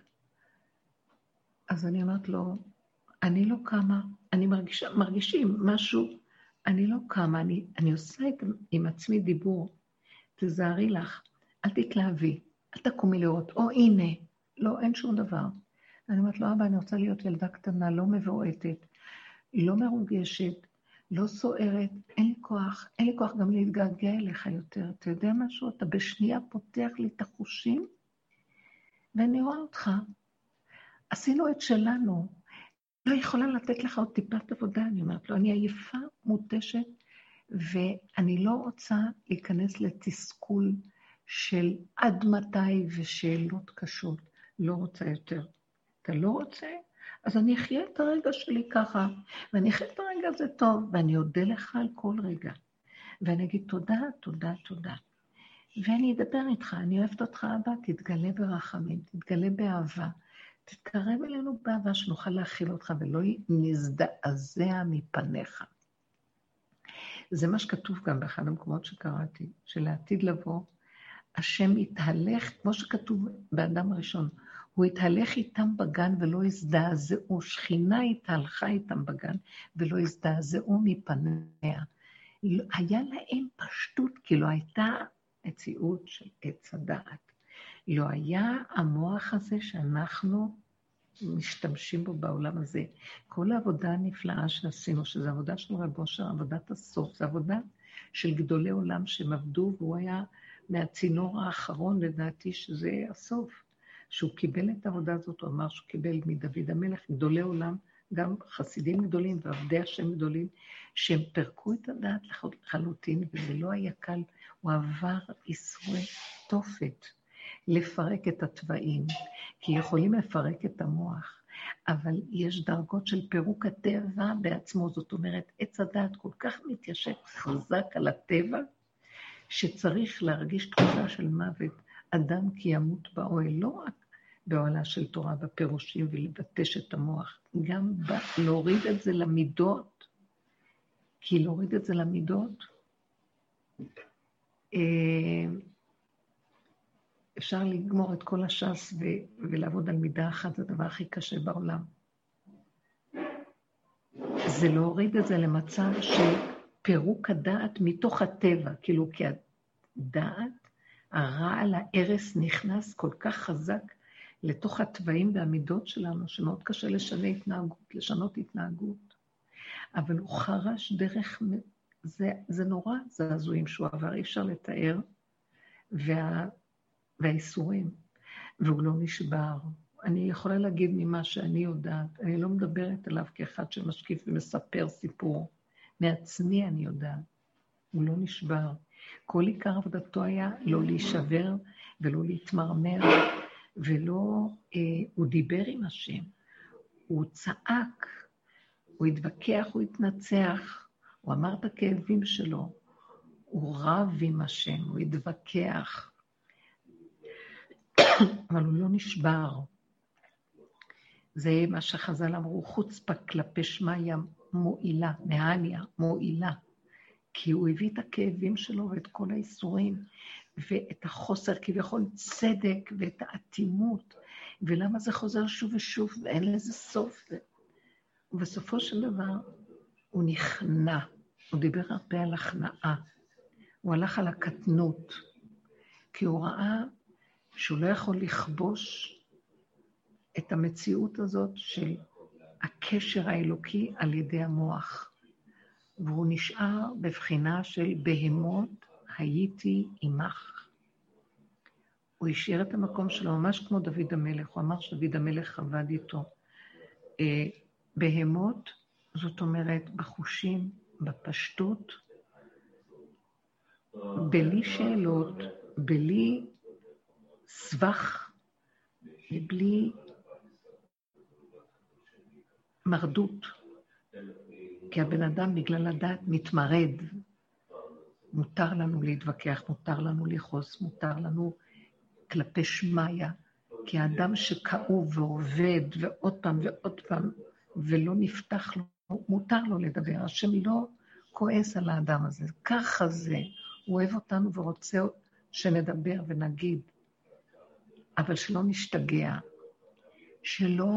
אז אני אומרת לו, אני לא קמה, אני מרגישים משהו, אני לא קמה, אני עושה עם עצמי דיבור, תזהרי לך, אל תתלהבי, אל תקומי לראות, או הנה, לא, אין שום דבר. אני אומרת לו, אבא, אני רוצה להיות ילדה קטנה, לא מבועטת, לא מרוגשת, לא סוערת, אין לי כוח גם להתגעגע אליך יותר. אתה יודע משהו? אתה בשנייה פותח לי את החושים, ואני רואה אותך. עשינו את שלנו. לא יכולה לתת לך עוד טיפת עבודה, אני אומרת לו, אני עייפה, מותשת, ואני לא רוצה להיכנס לתסכול של עד מתי ושאלות קשות. לא רוצה יותר. אתה לא רוצה? אז אני אחיה את הרגע שלי ככה, ואני אחיה את הרגע הזה טוב, ואני אודה לך על כל רגע. ואני אגיד תודה, תודה, תודה. ואני אדבר איתך, אני אוהבת אותך אבא, תתגלה ברחמים, תתגלה באהבה, תתקרב אלינו באהבה שנוכל להכיל אותך, ולא נזדעזע מפניך. זה מה שכתוב גם באחד המקומות שקראתי, שלעתיד לבוא, השם יתהלך, כמו שכתוב באדם הראשון, הוא התהלך איתם בגן ולא הזדעזעו, שכינה התהלכה איתם בגן ולא הזדעזעו מפניה. היה להם פשטות, כי לא הייתה מציאות של עץ הדעת. לא היה המוח הזה שאנחנו משתמשים בו בעולם הזה. כל העבודה הנפלאה שעשינו, שזו עבודה של רב אושר, עבודת הסוף, זו עבודה של גדולי עולם שהם עבדו, והוא היה מהצינור האחרון לדעתי שזה הסוף. שהוא קיבל את העבודה הזאת, הוא אמר שהוא קיבל מדוד המלך, גדולי עולם, גם חסידים גדולים ועבדי השם גדולים, שהם פרקו את הדעת לחלוטין, וזה לא היה קל, הוא עבר איסורי תופת, לפרק את הטבעים, כי יכולים לפרק את המוח, אבל יש דרגות של פירוק הטבע בעצמו, זאת אומרת, עץ הדעת כל כך מתיישב חזק על הטבע, שצריך להרגיש תחושה של מוות, אדם כי ימות באוהל, לא רק באוהלה של תורה בפירושים ולבטש את המוח, גם להוריד את זה למידות, כי להוריד את זה למידות, אפשר לגמור את כל הש"ס ולעבוד על מידה אחת, זה הדבר הכי קשה בעולם. זה להוריד את זה למצב של פירוק הדעת מתוך הטבע, כאילו כי הדעת, הרעל, הערס נכנס כל כך חזק לתוך הטבעים והמידות שלנו, שמאוד קשה לשנות התנהגות. אבל הוא חרש דרך, זה נורא זעזועים שהוא עבר, אי אפשר לתאר, והאיסורים, והוא לא נשבר. אני יכולה להגיד ממה שאני יודעת, אני לא מדברת עליו כאחד שמשקיף ומספר סיפור, מעצמי אני יודעת, הוא לא נשבר. כל עיקר עבודתו היה לא להישבר ולא להתמרמר, ולא, הוא דיבר עם השם, הוא צעק, הוא התווכח, הוא התנצח, הוא אמר את הכאבים שלו, הוא רב עם השם, הוא התווכח, אבל הוא לא נשבר. זה מה שחז"ל אמרו, חוצפה כלפי שמיא מועילה, מהניה, מועילה. כי הוא הביא את הכאבים שלו ואת כל האיסורים, ואת החוסר כביכול צדק, ואת האטימות, ולמה זה חוזר שוב ושוב, ואין לזה סוף. ובסופו של דבר, הוא נכנע, הוא דיבר הרבה על הכנעה, הוא הלך על הקטנות, כי הוא ראה שהוא לא יכול לכבוש את המציאות הזאת של הקשר האלוקי על ידי המוח. והוא נשאר בבחינה של בהמות הייתי עמך. הוא השאיר את המקום שלו ממש כמו דוד המלך, הוא אמר שדוד המלך עבד איתו. בהמות, זאת אומרת בחושים, בפשטות, בלי שאלות, בלי סבך, בלי מרדות. כי הבן אדם בגלל הדעת מתמרד. מותר לנו להתווכח, מותר לנו לכעוס, מותר לנו כלפי שמיא. כי האדם שכאוב ועובד ועוד פעם ועוד פעם, ולא נפתח לו, מותר לו לדבר. השם לא כועס על האדם הזה. ככה זה. הוא אוהב אותנו ורוצה שנדבר ונגיד. אבל שלא נשתגע, שלא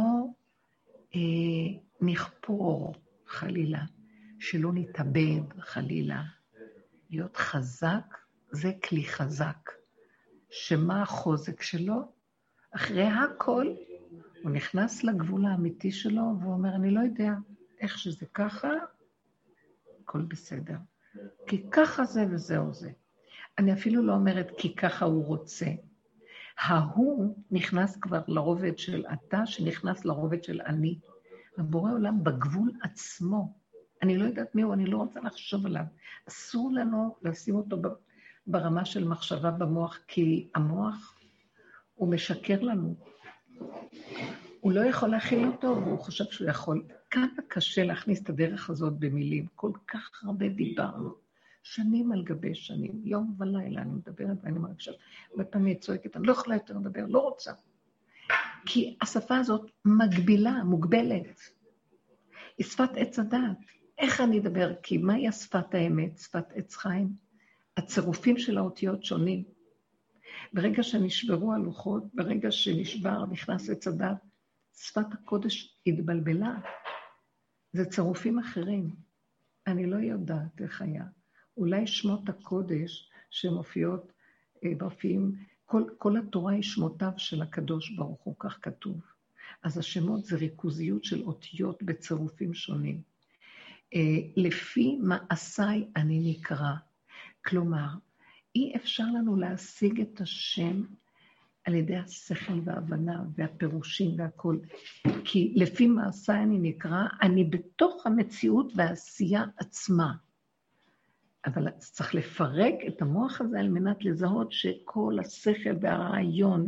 נכפור חלילה, שלא נתאבד חלילה. להיות חזק זה כלי חזק. שמה החוזק שלו? אחרי הכל, הוא נכנס לגבול האמיתי שלו, והוא אומר, אני לא יודע איך שזה ככה, הכל בסדר. כי ככה זה וזהו זה. אני אפילו לא אומרת כי ככה הוא רוצה. ההוא נכנס כבר לרובד של אתה, שנכנס לרובד של אני. הבורא עולם בגבול עצמו. אני לא יודעת מיהו, אני לא רוצה לחשוב עליו. אסור לנו לשים אותו ברמה של מחשבה במוח, כי המוח הוא משקר לנו. הוא לא יכול להכיל אותו, והוא חושב שהוא יכול. כמה קשה להכניס את הדרך הזאת במילים. כל כך הרבה דיברנו. שנים על גבי שנים, יום ולילה אני מדברת ואני מרגישה. בפעמים היא צועקת, אני לא יכולה יותר לדבר, לא רוצה. כי השפה הזאת מגבילה, מוגבלת. היא שפת עץ הדעת. איך אני אדבר? כי מהי השפת האמת? שפת עץ חיים? הצירופים של האותיות שונים. ברגע שנשברו הלוחות, ברגע שנשבר, נכנס עץ הדעת, שפת הקודש התבלבלה. זה צירופים אחרים. אני לא יודעת איך היה. אולי שמות הקודש שמופיעים, כל התורה היא שמותיו של הקדוש ברוך הוא, כך כתוב. אז השמות זה ריכוזיות של אותיות בצירופים שונים. לפי מעשיי אני נקרא. כלומר, אי אפשר לנו להשיג את השם על ידי השכל וההבנה והפירושים והכל. כי לפי מעשיי אני נקרא, אני בתוך המציאות והעשייה עצמה. אבל צריך לפרק את המוח הזה על מנת לזהות שכל השכל והרעיון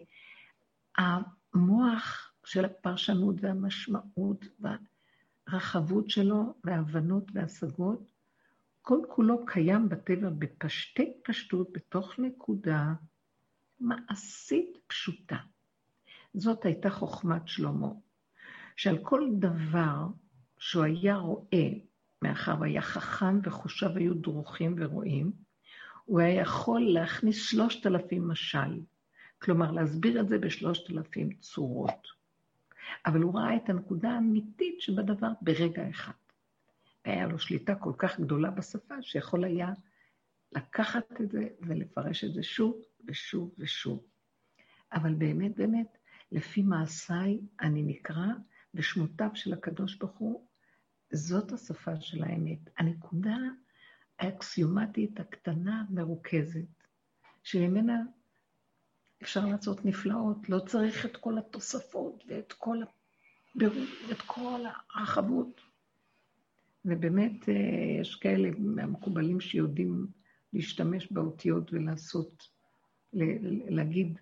והמוח של הפרשנות והמשמעות והרחבות שלו וההבנות וההשגות, כל כולו קיים בטבע בפשטי פשטות, בתוך נקודה מעשית פשוטה. זאת הייתה חוכמת שלמה, שעל כל דבר שהוא היה רואה, מאחר והיה חכם וחושיו היו דרוכים ורואים, הוא היה יכול להכניס 3,000 משל, כלומר להסביר את זה ב3,000 צורות. אבל הוא ראה את הנקודה האמיתית שבדבר ברגע אחד. היה לו שליטה כל כך גדולה בשפה שיכול היה לקחת את זה ולפרש את זה שוב ושוב ושוב. אבל באמת, באמת, לפי מעשיי אני נקרא, ושמותיו של הקדוש ברוך הוא, זאת השפה של האמת. הנקודה האקסיומטית הקטנה מרוכזת, שממנה אפשר לעשות נפלאות, לא צריך את כל התוספות ואת כל הבירור, את כל הרחבות. ובאמת יש כאלה מהמקובלים שיודעים להשתמש באותיות ולעשות, להגיד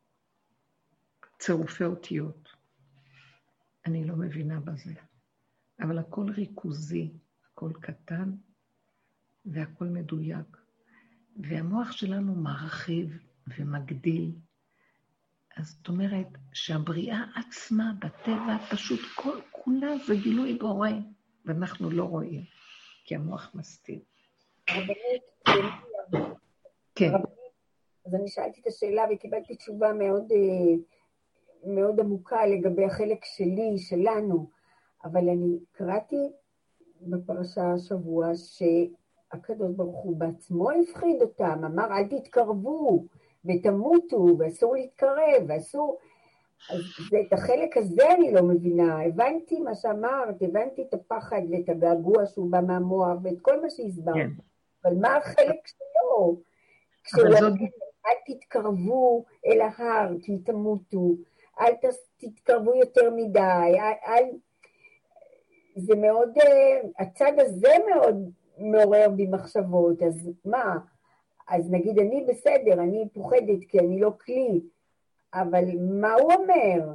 צירופי אותיות. אני לא מבינה בזה. אבל הכל ריכוזי, הכל קטן והכל מדויק. והמוח שלנו מרחיב ומגדיל. אז זאת אומרת שהבריאה עצמה בטבע פשוט כל כולה זה גילוי בורא, ואנחנו לא רואים, כי המוח מסתיר. רבנית, כן. אז אני שאלתי את השאלה וקיבלתי תשובה מאוד, מאוד עמוקה לגבי החלק שלי, שלנו, אבל אני קראתי בפרשה השבוע שהקדוש ברוך הוא בעצמו הפחיד אותם, אמר אל תתקרבו ותמותו ואסור להתקרב ואסור, אז את החלק הזה אני לא מבינה, הבנתי מה שאמרת, הבנתי את הפחד ואת הגעגוע שהוא בא מהמוח ואת כל מה שהסברת, כן. אבל מה החלק שלו? כשהוא אומר אל תתקרבו אל ההר כי תמותו, אל תתקרבו יותר מדי, זה מאוד, הצד הזה מאוד מעורר בי מחשבות, אז מה? אז נגיד אני בסדר, אני פוחדת כי אני לא כלי, אבל מה הוא אומר?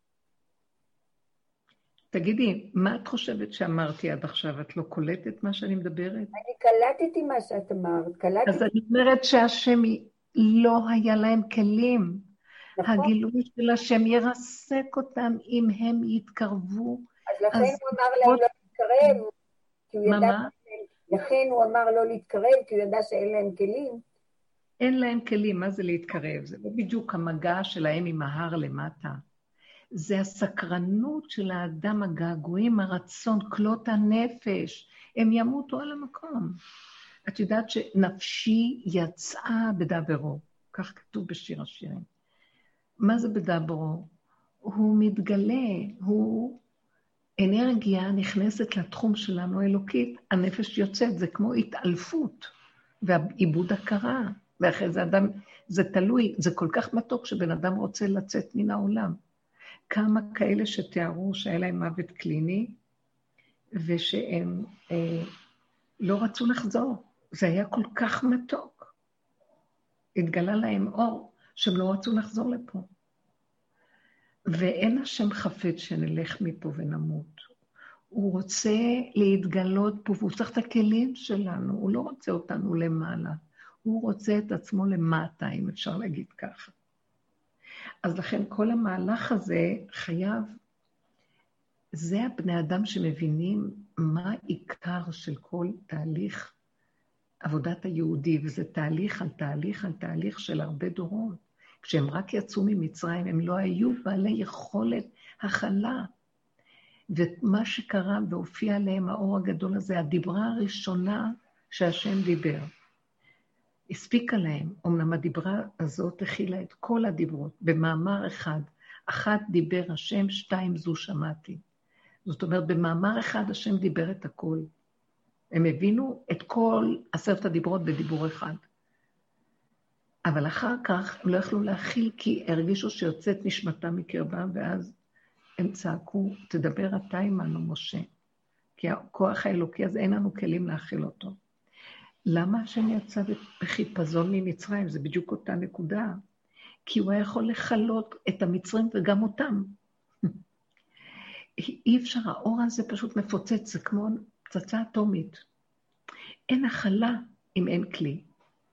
תגידי, מה את חושבת שאמרתי עד עכשיו? את לא קולטת מה שאני מדברת? אני קלטתי מה שאת אמרת, קלטתי. אז אני אומרת שהשם לא היה להם כלים. נכון. הגילוי של השם ירסק אותם אם הם יתקרבו. אז לכן הוא אמר להם לא להתקרב, כי הוא ידע, לכן הוא אמר לא להתקרב, כי הוא ידע שאין להם כלים. אין להם כלים, מה זה להתקרב? זה לא בדיוק המגע שלהם עם ההר למטה. זה הסקרנות של האדם, הגעגועים, הרצון, כלות הנפש. הם ימותו על המקום. את יודעת שנפשי יצאה בדברו. כך כתוב בשיר השירים. מה זה בדברו? הוא מתגלה, הוא אנרגיה נכנסת לתחום שלנו אלוקית, הנפש יוצאת, זה כמו התעלפות ועיבוד הכרה, ואחרי זה אדם, זה תלוי, זה כל כך מתוק שבן אדם רוצה לצאת מן העולם. כמה כאלה שתיארו שהיה להם מוות קליני, ושהם לא רצו לחזור, זה היה כל כך מתוק. התגלה להם אור שהם לא רצו לחזור לפה. ואין השם חפץ שנלך מפה ונמות. הוא רוצה להתגלות פה, והוא צריך את הכלים שלנו, הוא לא רוצה אותנו למעלה, הוא רוצה את עצמו למטה, אם אפשר להגיד ככה. אז לכן כל המהלך הזה חייב, זה הבני אדם שמבינים מה עיקר של כל תהליך עבודת היהודי, וזה תהליך על תהליך על תהליך של הרבה דורות. כשהם רק יצאו ממצרים, הם לא היו בעלי יכולת הכלה. ומה שקרה והופיע עליהם האור הגדול הזה, הדיברה הראשונה שהשם דיבר, הספיקה להם. אמנם הדיברה הזאת הכילה את כל הדיברות, במאמר אחד. אחת דיבר השם, שתיים זו שמעתי. זאת אומרת, במאמר אחד השם דיבר את הכל. הם הבינו את כל 10 הדיברות בדיבור אחד. אבל אחר כך הם לא יכלו להכיל, כי הרגישו שיוצאת נשמתם מקרבם, ואז הם צעקו, תדבר אתה עמנו משה. כי הכוח האלוקי הזה אין לנו כלים להכיל אותו. למה השם יצא בחיפזון ממצרים? זה בדיוק אותה נקודה. כי הוא היה יכול לחלות את המצרים וגם אותם. אי אפשר, האור הזה פשוט מפוצץ, זה כמו פצצה אטומית. אין הכלה אם אין כלי.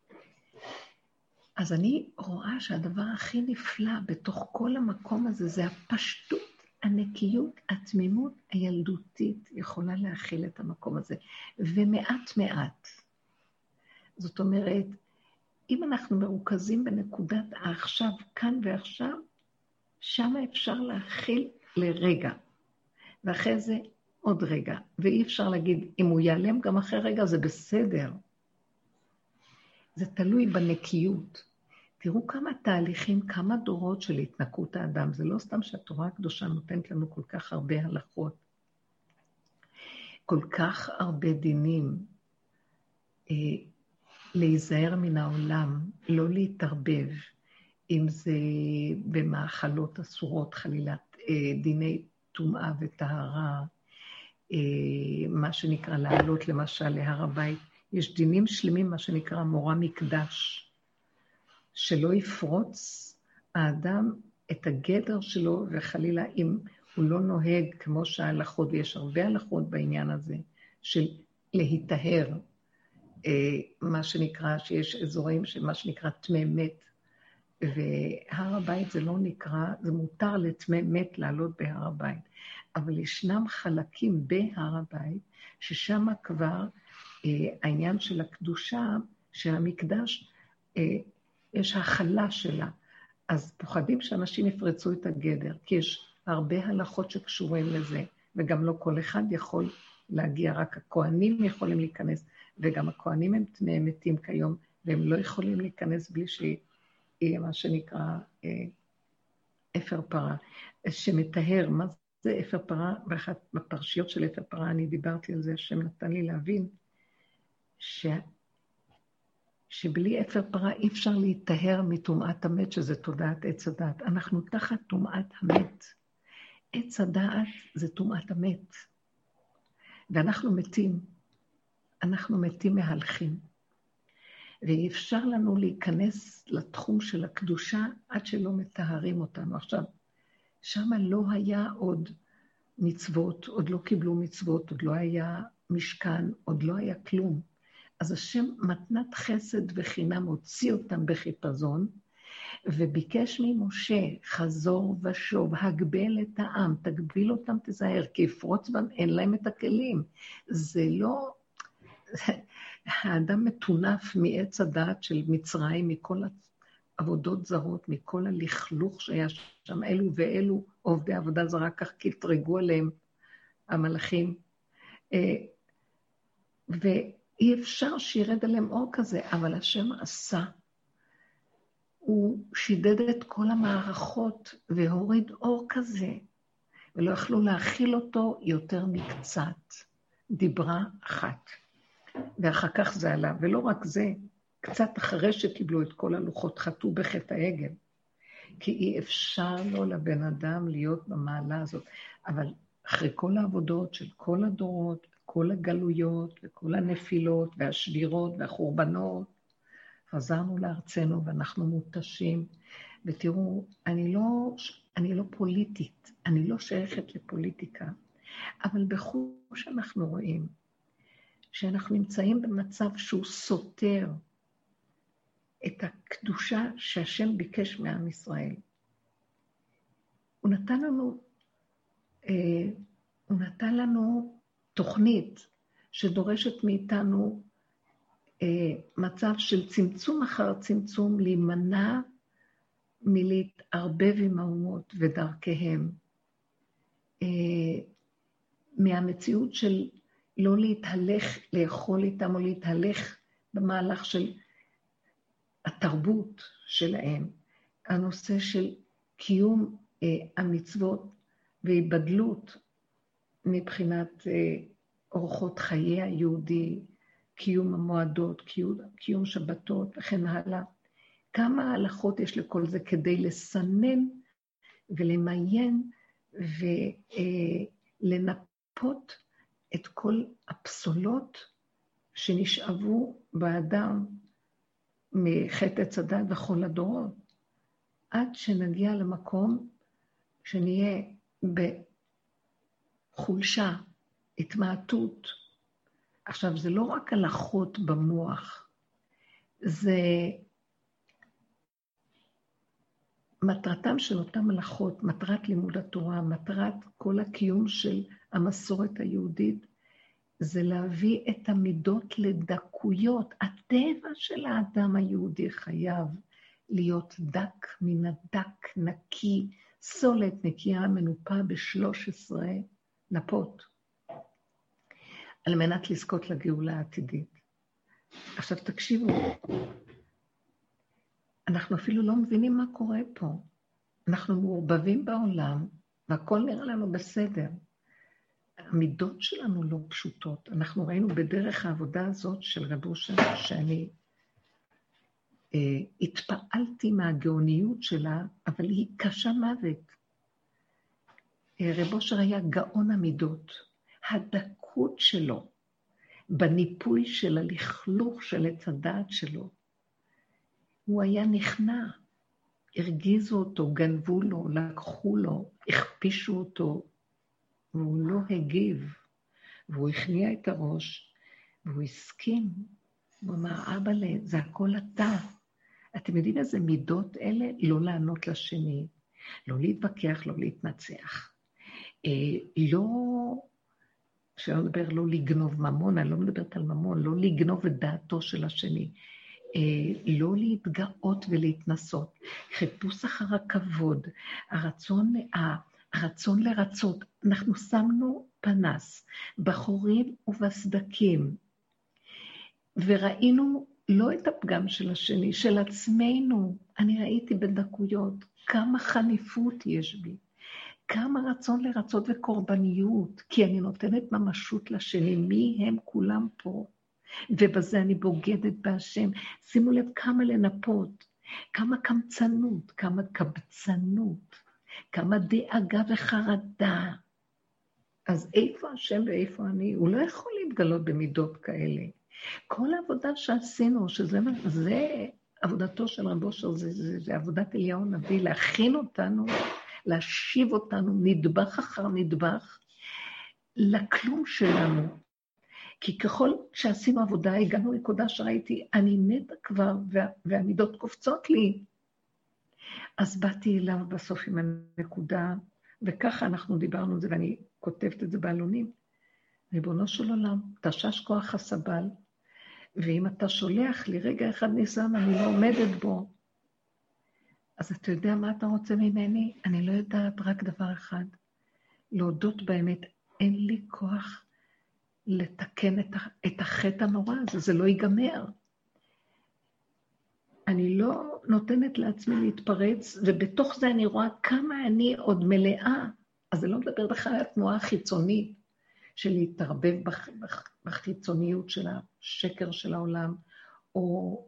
אז אני רואה שהדבר הכי נפלא בתוך כל המקום הזה, זה הפשטות, הנקיות, התמימות הילדותית יכולה להכיל את המקום הזה. ומעט מעט. זאת אומרת, אם אנחנו מרוכזים בנקודת העכשיו, כאן ועכשיו, שם אפשר להכיל לרגע. ואחרי זה עוד רגע. ואי אפשר להגיד, אם הוא ייעלם גם אחרי רגע, זה בסדר. זה תלוי בנקיות. תראו כמה תהליכים, כמה דורות של התנקות האדם. זה לא סתם שהתורה הקדושה נותנת לנו כל כך הרבה הלכות. כל כך הרבה דינים. להיזהר מן העולם, לא להתערבב, אם זה במאכלות אסורות, חלילת דיני טומאה וטהרה, מה שנקרא לעלות למשל להר הבית. יש דינים שלמים, מה שנקרא מורה מקדש, שלא יפרוץ האדם את הגדר שלו, וחלילה אם הוא לא נוהג כמו שההלכות, ויש הרבה הלכות בעניין הזה, של להיטהר, מה שנקרא, שיש אזורים שמה שנקרא טמא מת, והר הבית זה לא נקרא, זה מותר לטמא מת לעלות בהר הבית, אבל ישנם חלקים בהר הבית, ששם כבר העניין של הקדושה, של המקדש, יש החלה שלה, אז פוחדים שאנשים יפרצו את הגדר, כי יש הרבה הלכות שקשורים לזה, וגם לא כל אחד יכול להגיע, רק הכהנים יכולים להיכנס, וגם הכהנים הם טמאי מתים כיום, והם לא יכולים להיכנס בלי שיהיה מה שנקרא אפר פרה, שמטהר. מה זה אפר פרה? באחת בפרשיות של אפר פרה אני דיברתי על זה, השם נתן לי להבין, שבלי אפר פרה אי אפשר להיטהר מטומאת המת, שזה תודעת עץ הדעת. אנחנו תחת טומאת המת. עץ הדעת זה טומאת המת. ואנחנו מתים. אנחנו מתים מהלכים. ואי אפשר לנו להיכנס לתחום של הקדושה עד שלא מטהרים אותנו. עכשיו, שם לא היה עוד מצוות, עוד לא קיבלו מצוות, עוד לא היה משכן, עוד לא היה כלום. אז השם מתנת חסד וחינם הוציא אותם בחיפזון, וביקש ממשה, חזור ושוב, הגבל את העם, תגביל אותם, תזהר, כי יפרוץ בהם, אין להם את הכלים. זה לא, האדם מטונף מעץ הדעת של מצרים, מכל עבודות זרות, מכל הלכלוך שהיה שם, אלו ואלו עובדי עבודה זרה, כך קטרגו עליהם המלאכים. ואי אפשר שירד עליהם אור כזה, אבל השם עשה. הוא שידד את כל המערכות והוריד אור כזה, ולא יכלו להכיל אותו יותר מקצת. דיברה אחת. ואחר כך זה עלה, ולא רק זה, קצת אחרי שקיבלו את כל הלוחות, חטאו בחטא העגל. כי אי אפשר לו לבן אדם להיות במעלה הזאת. אבל אחרי כל העבודות של כל הדורות, כל הגלויות, וכל הנפילות, והשבירות, והחורבנות, חזרנו לארצנו ואנחנו מותשים. ותראו, אני לא פוליטית, אני לא שייכת לפוליטיקה, אבל בחוש אנחנו רואים שאנחנו נמצאים במצב שהוא סותר את הקדושה שהשם ביקש מעם ישראל. הוא נתן לנו תוכנית שדורשת מאיתנו מצב של צמצום אחר צמצום, להימנע מלהתערבב עם האומות ודרכיהם, מהמציאות של לא להתהלך, לאכול איתם או להתהלך במהלך של התרבות שלהם, הנושא של קיום המצוות והיבדלות מבחינת אורחות חיי היהודי, קיום המועדות, קיום שבתות וכן הלאה. כמה הלכות יש לכל זה כדי לסנן ולמיין ולנפות את כל הפסולות שנשאבו באדם מחטא עץ הדת וכל הדורות, עד שנגיע למקום שנהיה בחולשה, התמעטות. עכשיו, זה לא רק הלכות במוח, זה מטרתם של אותם הלכות, מטרת לימוד התורה, מטרת כל הקיום של המסורת היהודית, זה להביא את המידות לדקויות. הטבע של האדם היהודי חייב להיות דק מן הדק, נקי, סולת נקייה מנופה ב13 נפות, על מנת לזכות לגאולה העתידית. עכשיו תקשיבו, אנחנו אפילו לא מבינים מה קורה פה. אנחנו מעורבבים בעולם, והכל נראה לנו בסדר. המידות שלנו לא פשוטות. אנחנו ראינו בדרך העבודה הזאת של רב אושר, שאני התפעלתי מהגאוניות שלה, אבל היא קשה מוות. רב אושר היה גאון המידות. הדקות שלו, בניפוי של הלכלוך של עץ הדעת שלו, הוא היה נכנע, הרגיזו אותו, גנבו לו, לקחו לו, הכפישו אותו, והוא לא הגיב, והוא הכניע את הראש, והוא הסכים, הוא אמר, אבא, זה הכל אתה. אתם יודעים איזה מידות אלה? לא לענות לשני, לא להתווכח, לא להתנצח. לא, שלא מדבר, לא לגנוב ממון, אני לא מדברת על ממון, לא לגנוב את דעתו של השני. לא להתגאות ולהתנסות, חיפוש אחר הכבוד, הרצון לרצות. אנחנו שמנו פנס בחורים ובסדקים, וראינו לא את הפגם של השני, של עצמנו. אני ראיתי בדקויות כמה חניפות יש בי, כמה רצון לרצות וקורבניות, כי אני נותנת ממשות לשני, מי הם כולם פה. ובזה אני בוגדת בהשם. שימו לב כמה לנפות, כמה קמצנות, כמה קבצנות, כמה דאגה וחרדה. אז איפה השם ואיפה אני? הוא לא יכול להתגלות במידות כאלה. כל העבודה שעשינו, שזה עבודתו של רב אושר, זה עבודת אליהו הנביא, להכין אותנו, להשיב אותנו נדבך אחר נדבך, לכלום שלנו. כי ככל שעשינו עבודה, הגענו לנקודה שראיתי, אני מתה כבר, והמידות קופצות לי. אז באתי אליו בסוף עם הנקודה, וככה אנחנו דיברנו את זה, ואני כותבת את זה בעלונים. ריבונו של עולם, תשש כוח הסבל, ואם אתה שולח לי רגע אחד ניסיון, אני לא עומדת בו, אז אתה יודע מה אתה רוצה ממני? אני לא יודעת רק דבר אחד, להודות באמת, אין לי כוח לתקן את החטא הנורא הזה, זה לא ייגמר. אני לא נותנת לעצמי להתפרץ, ובתוך זה אני רואה כמה אני עוד מלאה. אז זה לא מדבר בכלל על התנועה החיצונית, של להתערבב בחיצוניות של השקר של העולם, או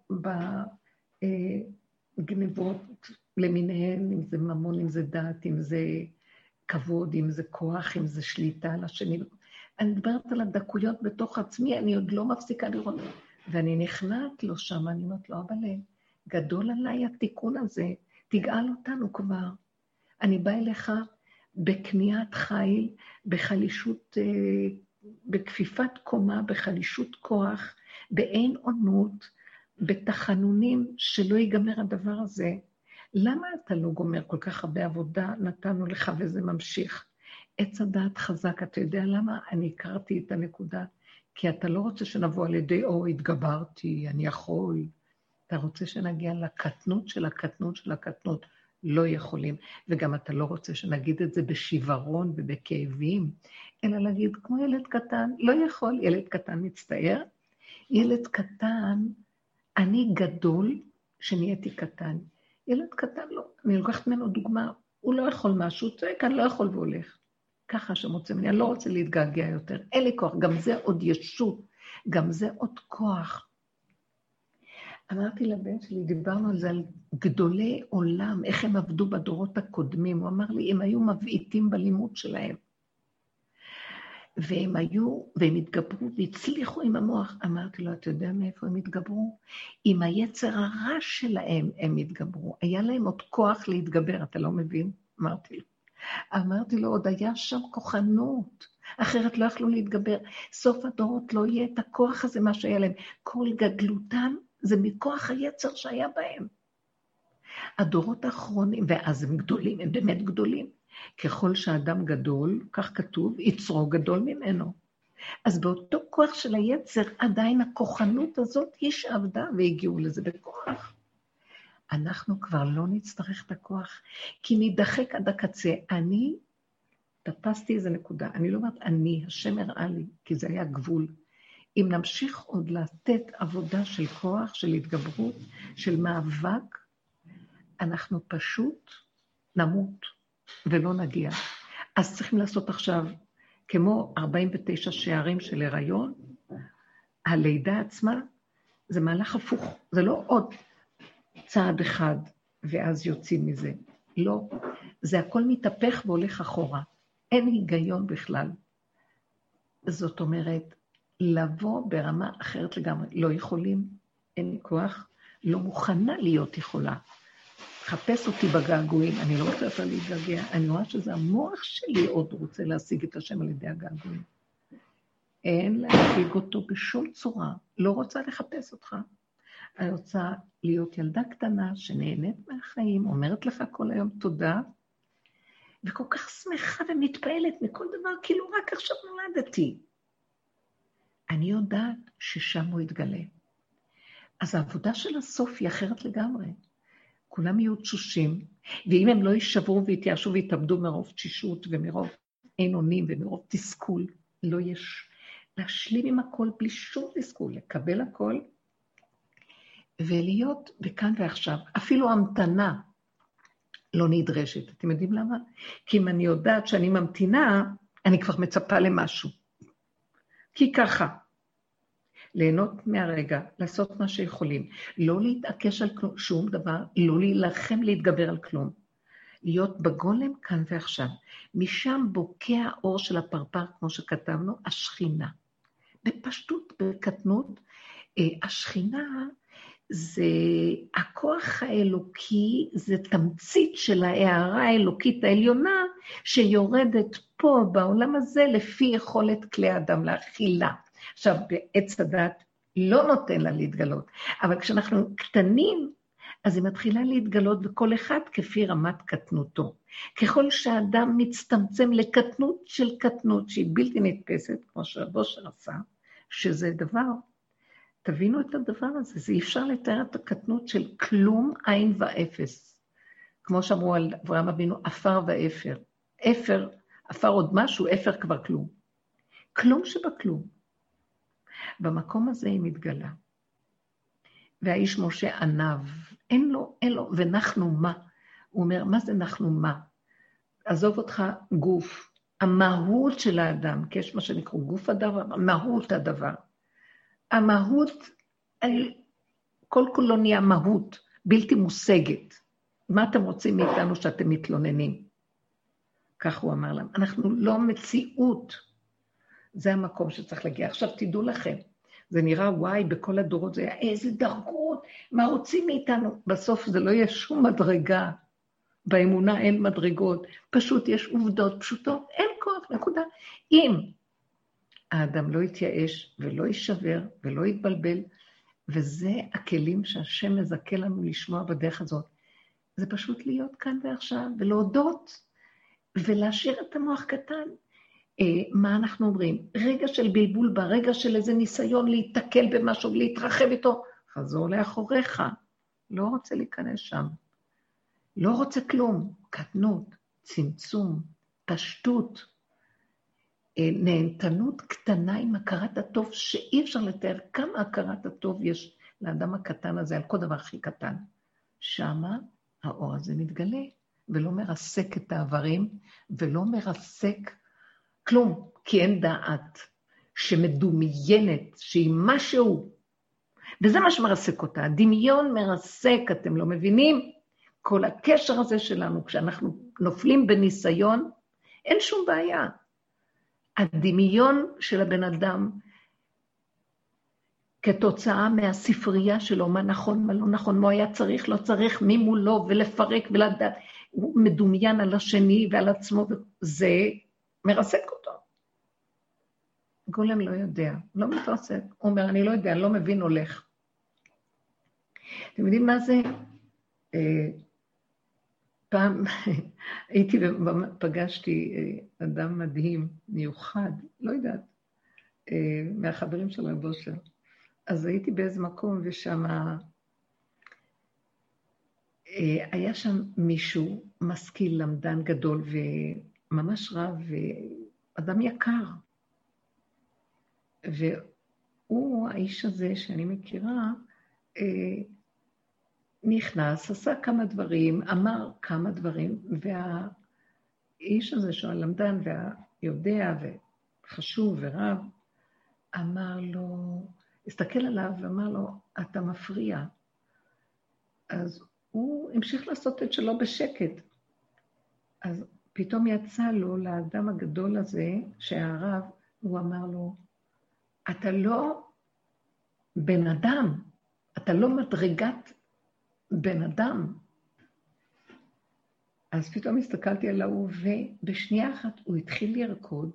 בגניבות למיניהן, אם זה ממון, אם זה דת, אם זה כבוד, אם זה כוח, אם זה שליטה על השני. אני מדברת על הדקויות בתוך עצמי, אני עוד לא מפסיקה לראות. ואני נכנעת לו שם, אני אומרת לו, אבל גדול עליי התיקון הזה, תגאל אותנו כבר. אני באה אליך בקניית חיל, בחלישות, בכפיפת קומה, בחלישות כוח, באין עונות, בתחנונים שלא ייגמר הדבר הזה. למה אתה לא גומר כל כך הרבה עבודה? נתנו לך וזה ממשיך. עץ הדעת חזק, אתה יודע למה? אני הכרתי את הנקודה, כי אתה לא רוצה שנבוא על ידי, התגברתי, אני יכול. אתה רוצה שנגיע לקטנות של הקטנות של הקטנות, לא יכולים. וגם אתה לא רוצה שנגיד את זה בשיוורון ובכאבים, אלא להגיד, כמו ילד קטן, לא יכול, ילד קטן מצטער. ילד קטן, אני גדול שנהייתי קטן. ילד קטן לא, אני לוקחת ממנו דוגמה, הוא לא יכול משהו, צועק, אני לא יכול והולך. ככה שמוצא ממני, אני לא רוצה להתגעגע יותר, אין לי כוח, גם זה עוד ישות, גם זה עוד כוח. אמרתי לבן שלי, דיברנו על זה, על גדולי עולם, איך הם עבדו בדורות הקודמים, הוא אמר לי, הם היו מבעיטים בלימוד שלהם, והם התגברו והצליחו עם המוח. אמרתי לו, אתה יודע מאיפה הם התגברו? עם היצר הרע שלהם הם התגברו, היה להם עוד כוח להתגבר, אתה לא מבין? אמרתי לו, עוד היה שם כוחנות, אחרת לא יכלו להתגבר. סוף הדורות לא יהיה את הכוח הזה, מה שהיה להם. כל גדלותם זה מכוח היצר שהיה בהם. הדורות האחרונים, ואז הם גדולים, הם באמת גדולים. ככל שהאדם גדול, כך כתוב, יצרו גדול ממנו. אז באותו כוח של היצר, עדיין הכוחנות הזאת היא שעבדה, והגיעו לזה בכוח. אנחנו כבר לא נצטרך את הכוח, כי נדחק עד הקצה. אני תפסתי איזה נקודה, אני לא אומרת אני, השם הראה לי, כי זה היה גבול. אם נמשיך עוד לתת עבודה של כוח, של התגברות, של מאבק, אנחנו פשוט נמות ולא נגיע. אז צריכים לעשות עכשיו, כמו 49 שערים של הריון, הלידה עצמה זה מהלך הפוך, זה לא עוד צעד אחד ואז יוצאים מזה. לא, זה הכל מתהפך והולך אחורה. אין היגיון בכלל. זאת אומרת, לבוא ברמה אחרת לגמרי. לא יכולים, אין לי כוח, לא מוכנה להיות יכולה. חפש אותי בגעגועים, אני לא רוצה יותר להתגעגע. אני רואה שזה המוח שלי עוד רוצה להשיג את השם על ידי הגעגועים. אין להשיג אותו בשום צורה. לא רוצה לחפש אותך. אני רוצה להיות ילדה קטנה שנהנית מהחיים, אומרת לך כל היום תודה, וכל כך שמחה ומתפעלת מכל דבר, כאילו רק עכשיו נולדתי. אני יודעת ששם הוא יתגלה. אז העבודה של הסוף היא אחרת לגמרי. כולם יהיו תשושים, ואם הם לא יישברו ויתייאשו ויתאבדו מרוב תשישות ומרוב אין אונים ומרוב תסכול, לא יש להשלים עם הכל בלי שום תסכול, לקבל הכל, ולהיות בכאן ועכשיו. אפילו המתנה לא נדרשת. אתם יודעים למה? כי אם אני יודעת שאני ממתינה, אני כבר מצפה למשהו. כי ככה, ליהנות מהרגע, לעשות מה שיכולים, לא להתעקש על שום דבר, לא להילחם להתגבר על כלום. להיות בגולם כאן ועכשיו. משם בוקע האור של הפרפר, כמו שכתבנו, השכינה. בפשטות, בקטנות, השכינה זה הכוח האלוקי, זה תמצית של ההערה האלוקית העליונה, שיורדת פה בעולם הזה לפי יכולת כלי האדם להכילה. עכשיו, בעץ הדת לא נותן לה להתגלות, אבל כשאנחנו קטנים, אז היא מתחילה להתגלות בכל אחד כפי רמת קטנותו. ככל שהאדם מצטמצם לקטנות של קטנות, שהיא בלתי נתפסת, כמו שהבושר עשה, שזה דבר, תבינו את הדבר הזה, זה אי אפשר לתאר את הקטנות של כלום, עין ואפס. כמו שאמרו על אברהם אבינו, אפר ואפר. אפר, אפר עוד משהו, אפר כבר כלום. כלום שבכלום. במקום הזה היא מתגלה. והאיש משה ענב, אין לו, ונחנו מה? הוא אומר, מה זה אנחנו מה? עזוב אותך גוף, המהות של האדם, כי יש מה שנקרא גוף הדבר, מהות הדבר. המהות, כל כולו נהיה מהות, בלתי מושגת. מה אתם רוצים מאיתנו שאתם מתלוננים? כך הוא אמר להם. אנחנו לא מציאות. זה המקום שצריך להגיע. עכשיו תדעו לכם, זה נראה וואי, בכל הדורות זה היה איזה דרגות, מה רוצים מאיתנו? בסוף זה לא יהיה שום מדרגה. באמונה אין מדרגות, פשוט יש עובדות פשוטות, אין כוח, נקודה. אם האדם לא יתייאש ולא יישבר ולא יתבלבל, וזה הכלים שהשם מזכה לנו לשמוע בדרך הזאת, זה פשוט להיות כאן ועכשיו ולהודות ולהשאיר את המוח קטן. מה אנחנו אומרים? רגע של בלבול ברגע של איזה ניסיון להתקל במשהו, להתרחב איתו, חזור לאחוריך, לא רוצה להיכנס שם. לא רוצה כלום, קטנות, צמצום, פשטות, נהנתנות קטנה עם הכרת הטוב, שאי אפשר לתאר כמה הכרת הטוב יש לאדם הקטן הזה, על כל דבר הכי קטן. שמה האור הזה מתגלה, ולא מרסק את העברים, ולא מרסק כלום, כי אין דעת שמדומיינת, שהיא משהו, וזה מה שמרסק אותה, הדמיון מרסק, אתם לא מבינים? כל הקשר הזה שלנו, כשאנחנו נופלים בניסיון, אין שום בעיה. הדמיון של הבן אדם, כתוצאה מהספרייה שלו, מה נכון, מה לא נכון, מה היה צריך, לא צריך, מי מולו, ולפרק ולדעת, הוא מדומיין על השני ועל עצמו, זה מרסק אותו. גולם לא יודע, לא מתרסק. הוא אומר, אני לא יודע, אני לא מבין, הולך. אתם יודעים מה זה? פעם הייתי, פגשתי אדם מדהים, מיוחד, לא יודעת, מהחברים של רב אושר. אז הייתי באיזה מקום ושם, היה שם מישהו משכיל, למדן גדול וממש רב, ואדם יקר. והוא, האיש הזה שאני מכירה, נכנס, עשה כמה דברים, אמר כמה דברים, והאיש הזה שהוא הלמדן והיודע וחשוב ורב, אמר לו, הסתכל עליו ואמר לו, אתה מפריע. אז הוא המשיך לעשות את שלו בשקט. אז פתאום יצא לו, לאדם הגדול הזה, שהרב, הוא אמר לו, אתה לא בן אדם, אתה לא מדרגת בן אדם. אז פתאום הסתכלתי על ההוא, ובשנייה אחת הוא התחיל לרקוד.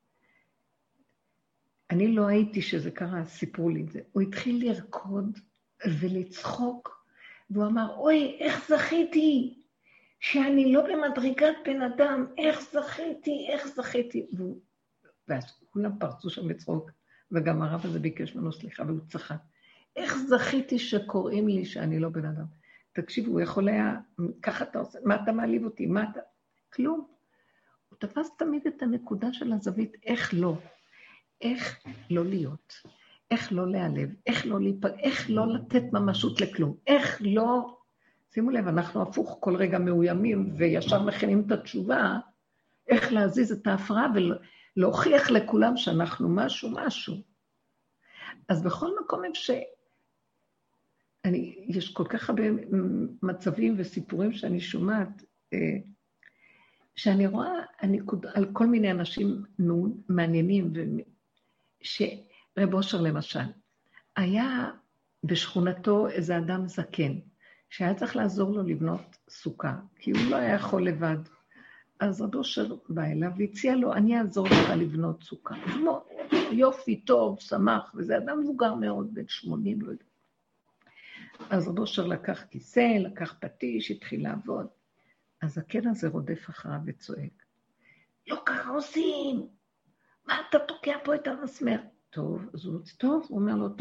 אני לא הייתי שזה קרה, סיפרו לי את זה. הוא התחיל לרקוד ולצחוק, והוא אמר, אוי, איך זכיתי שאני לא במדרגת בן אדם, איך זכיתי. ואז כולם פרצו שם בצחוק, וגם הרב הזה ביקש ממנו סליחה, והוא צחק. איך זכיתי שקוראים לי שאני לא בן אדם? תקשיבו, הוא יכול היה, ככה אתה עושה, מה אתה מעליב אותי, מה אתה? כלום. הוא תפס תמיד את הנקודה של הזווית, איך לא להיות, איך לא להיעלב, איך לא לתת ממשות לכלום, איך לא, שימו לב, אנחנו הפוך כל רגע מאוימים, וישר מכינים את התשובה, איך להזיז את ההפרעה, ולהוכיח לכולם שאנחנו משהו. אז בכל מקום יש כל כך הרבה מצבים וסיפורים שאני שומעת, שאני רואה על כל מיני אנשים מעניינים, שרב אושר למשל, היה בשכונתו איזה אדם זקן, שהיה צריך לעזור לו לבנות סוכה, כי הוא לא היה יכול לבד. אז רב אושר בא אליו והציע לו, אני אעזור לך לבנות סוכה. יופי, טוב, שמח, וזה אדם מבוגר מאוד, בן 80, לא יודע. אז רב אושר לקח כיסא, לקח פטיש, התחיל לעבוד. אז הזקן הזה רודף אחריו וצועק. לא ככה עושים! מה אתה תוקע פה את המסמר? טוב, אז הוא אומר לו, טוב,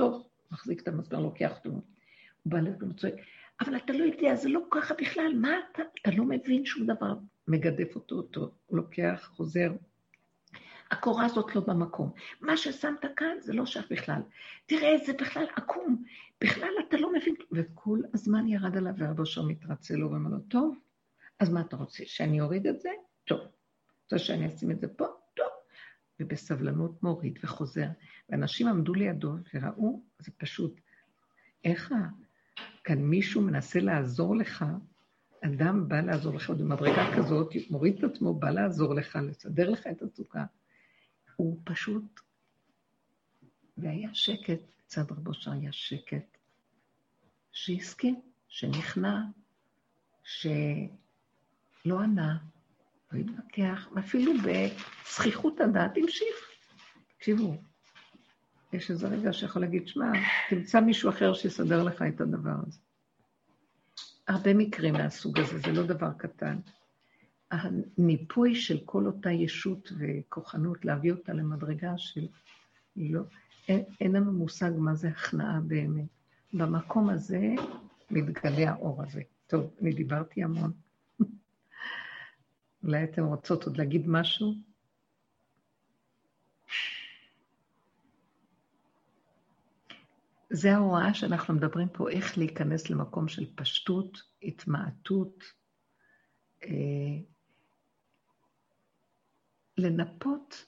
מחזיק את המסבר, לוקח אותו. הוא בא לזה ומצוין, אבל אתה לא יודע, זה לא ככה בכלל, מה אתה לא מבין שום דבר. מגדף אותו, הוא לוקח, חוזר. הקורה הזאת לא במקום. מה ששמת כאן זה לא שייך בכלל. תראה, זה בכלל עקום. בכלל אתה לא מבין. וכל הזמן ירד עליו והרבו שם מתרצה לו ואומר לו, טוב, אז מה אתה רוצה? שאני אוריד את זה? טוב. רוצה שאני אשים את זה פה? טוב. ובסבלנות מוריד וחוזר. ואנשים עמדו לידו וראו, זה פשוט, איך כאן מישהו מנסה לעזור לך, אדם בא לעזור לך, עוד במדרגה כזאת, מוריד את עצמו, בא לעזור לך, לסדר לך את הסוכה. הוא פשוט, והיה שקט, צד רבו שר היה שקט, שהסכים, שנכנע, שלא ענה, לא התווכח, ואפילו בזכיחות הדעת המשיך. תקשיבו, יש איזה רגע שיכול להגיד, שמע, תמצא מישהו אחר שיסדר לך את הדבר הזה. הרבה מקרים מהסוג הזה, זה לא דבר קטן. הניפוי של כל אותה ישות וכוחנות, להביא אותה למדרגה של לא, אין לנו מושג מה זה הכנעה באמת. במקום הזה מתגלה האור הזה. טוב, אני דיברתי המון. אולי אתם רוצות עוד להגיד משהו? זה ההוראה שאנחנו מדברים פה, איך להיכנס למקום של פשטות, התמעטות, לנפות.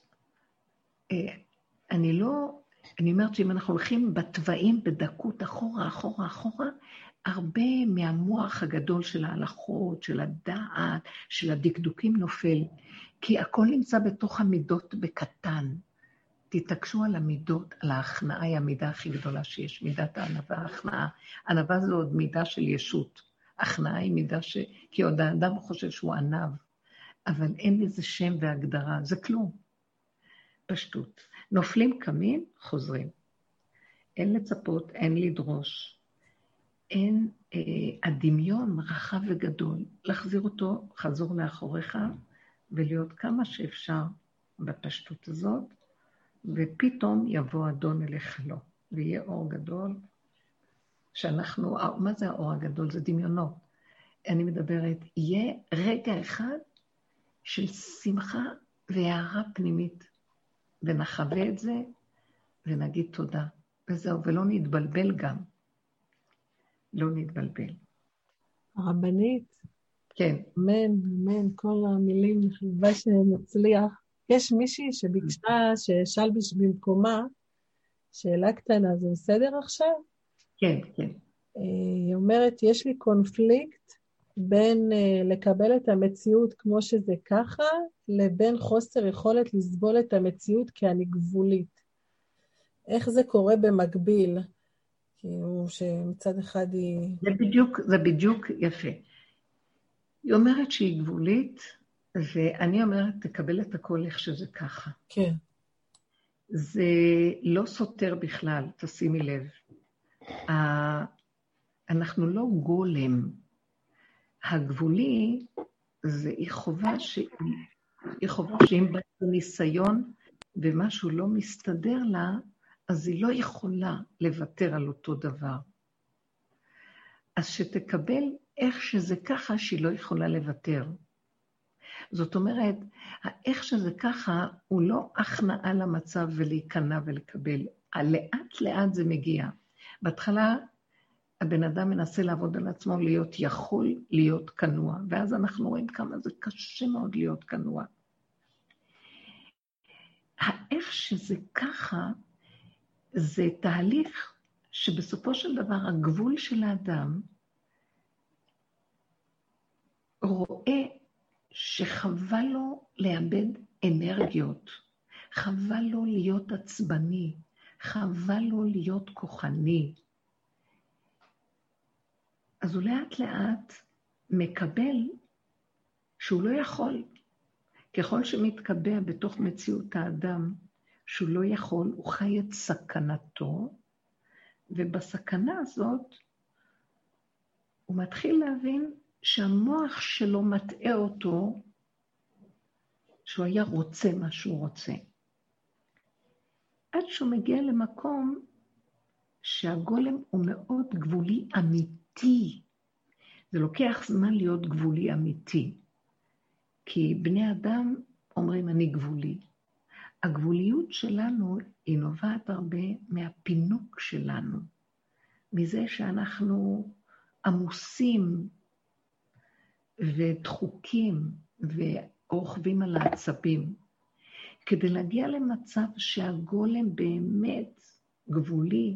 אני אומרת שאם אנחנו הולכים בטבעים בדקות אחורה, הרבה מהמוח הגדול של ההלכות, של הדעת, של הדקדוקים נופל, כי הכל נמצא בתוך המידות בקטן. תתעקשו על המידות, על ההכנעה היא המידה הכי גדולה שיש, מידת הענווה, ההכנעה. ענווה זו עוד מידה של ישות. הכנעה היא מידה כי עוד האדם חושב שהוא ענב, אבל אין לזה שם והגדרה, זה כלום. פשטות. נופלים קמים, חוזרים. אין לצפות, אין לדרוש. אין הדמיון רחב וגדול. להחזיר אותו, חזור לאחוריך, ולהיות כמה שאפשר בפשטות הזאת, ופתאום יבוא אדון אליך לו, ויהיה אור גדול, שאנחנו, מה זה האור הגדול? זה דמיונות. אני מדברת, יהיה רגע אחד של שמחה והערה פנימית, ונחווה את זה, ונגיד תודה. וזהו, ולא נתבלבל גם. לא נתבלבל. הרבנית. כן. אמן, אמן, כל המילים נחלבה שנצליח. יש מישהי שביקשה ששלביש במקומה, שאלה קטנה, זה בסדר עכשיו? כן, כן. היא אומרת, יש לי קונפליקט בין לקבל את המציאות כמו שזה ככה, לבין חוסר יכולת לסבול את המציאות כי אני גבולית. איך זה קורה במקביל? כאילו שמצד אחד היא... זה בדיוק יפה. היא אומרת שהיא גבולית, ואני אומרת, תקבל את הכל איך שזה ככה. כן. זה לא סותר בכלל, תשימי לב. אנחנו לא גולם. הגבולי, היא חובה שאם בא ניסיון ומשהו לא מסתדר לה, אז היא לא יכולה לוותר על אותו דבר. אז שתקבל איך שזה ככה שהיא לא יכולה לוותר. זאת אומרת, איך שזה ככה הוא לא הכנעה למצב ולהיכנע ולקבל. לאט לאט זה מגיע. בהתחלה הבן אדם מנסה לעבוד על עצמו להיות יכול להיות כנוע, ואז אנחנו רואים כמה זה קשה מאוד להיות כנוע. איך שזה ככה, זה תהליך שבסופו של דבר הגבול של האדם רואה שחבל לו לאבד אנרגיות, חבל לו להיות עצבני, חבל לו להיות כוחני. אז הוא לאט לאט מקבל שהוא לא יכול. ככל שמתקבע בתוך מציאות האדם שהוא לא יכול, הוא חי את סכנתו, ובסכנה הזאת הוא מתחיל להבין שהמוח שלו מטעה אותו, שהוא היה רוצה מה שהוא רוצה. עד שהוא מגיע למקום שהגולם הוא מאוד גבולי אמיתי. זה לוקח זמן להיות גבולי אמיתי. כי בני אדם אומרים אני גבולי. הגבוליות שלנו היא נובעת הרבה מהפינוק שלנו. מזה שאנחנו עמוסים ודחוקים ורוכבים על העצבים. כדי להגיע למצב שהגולם באמת גבולי,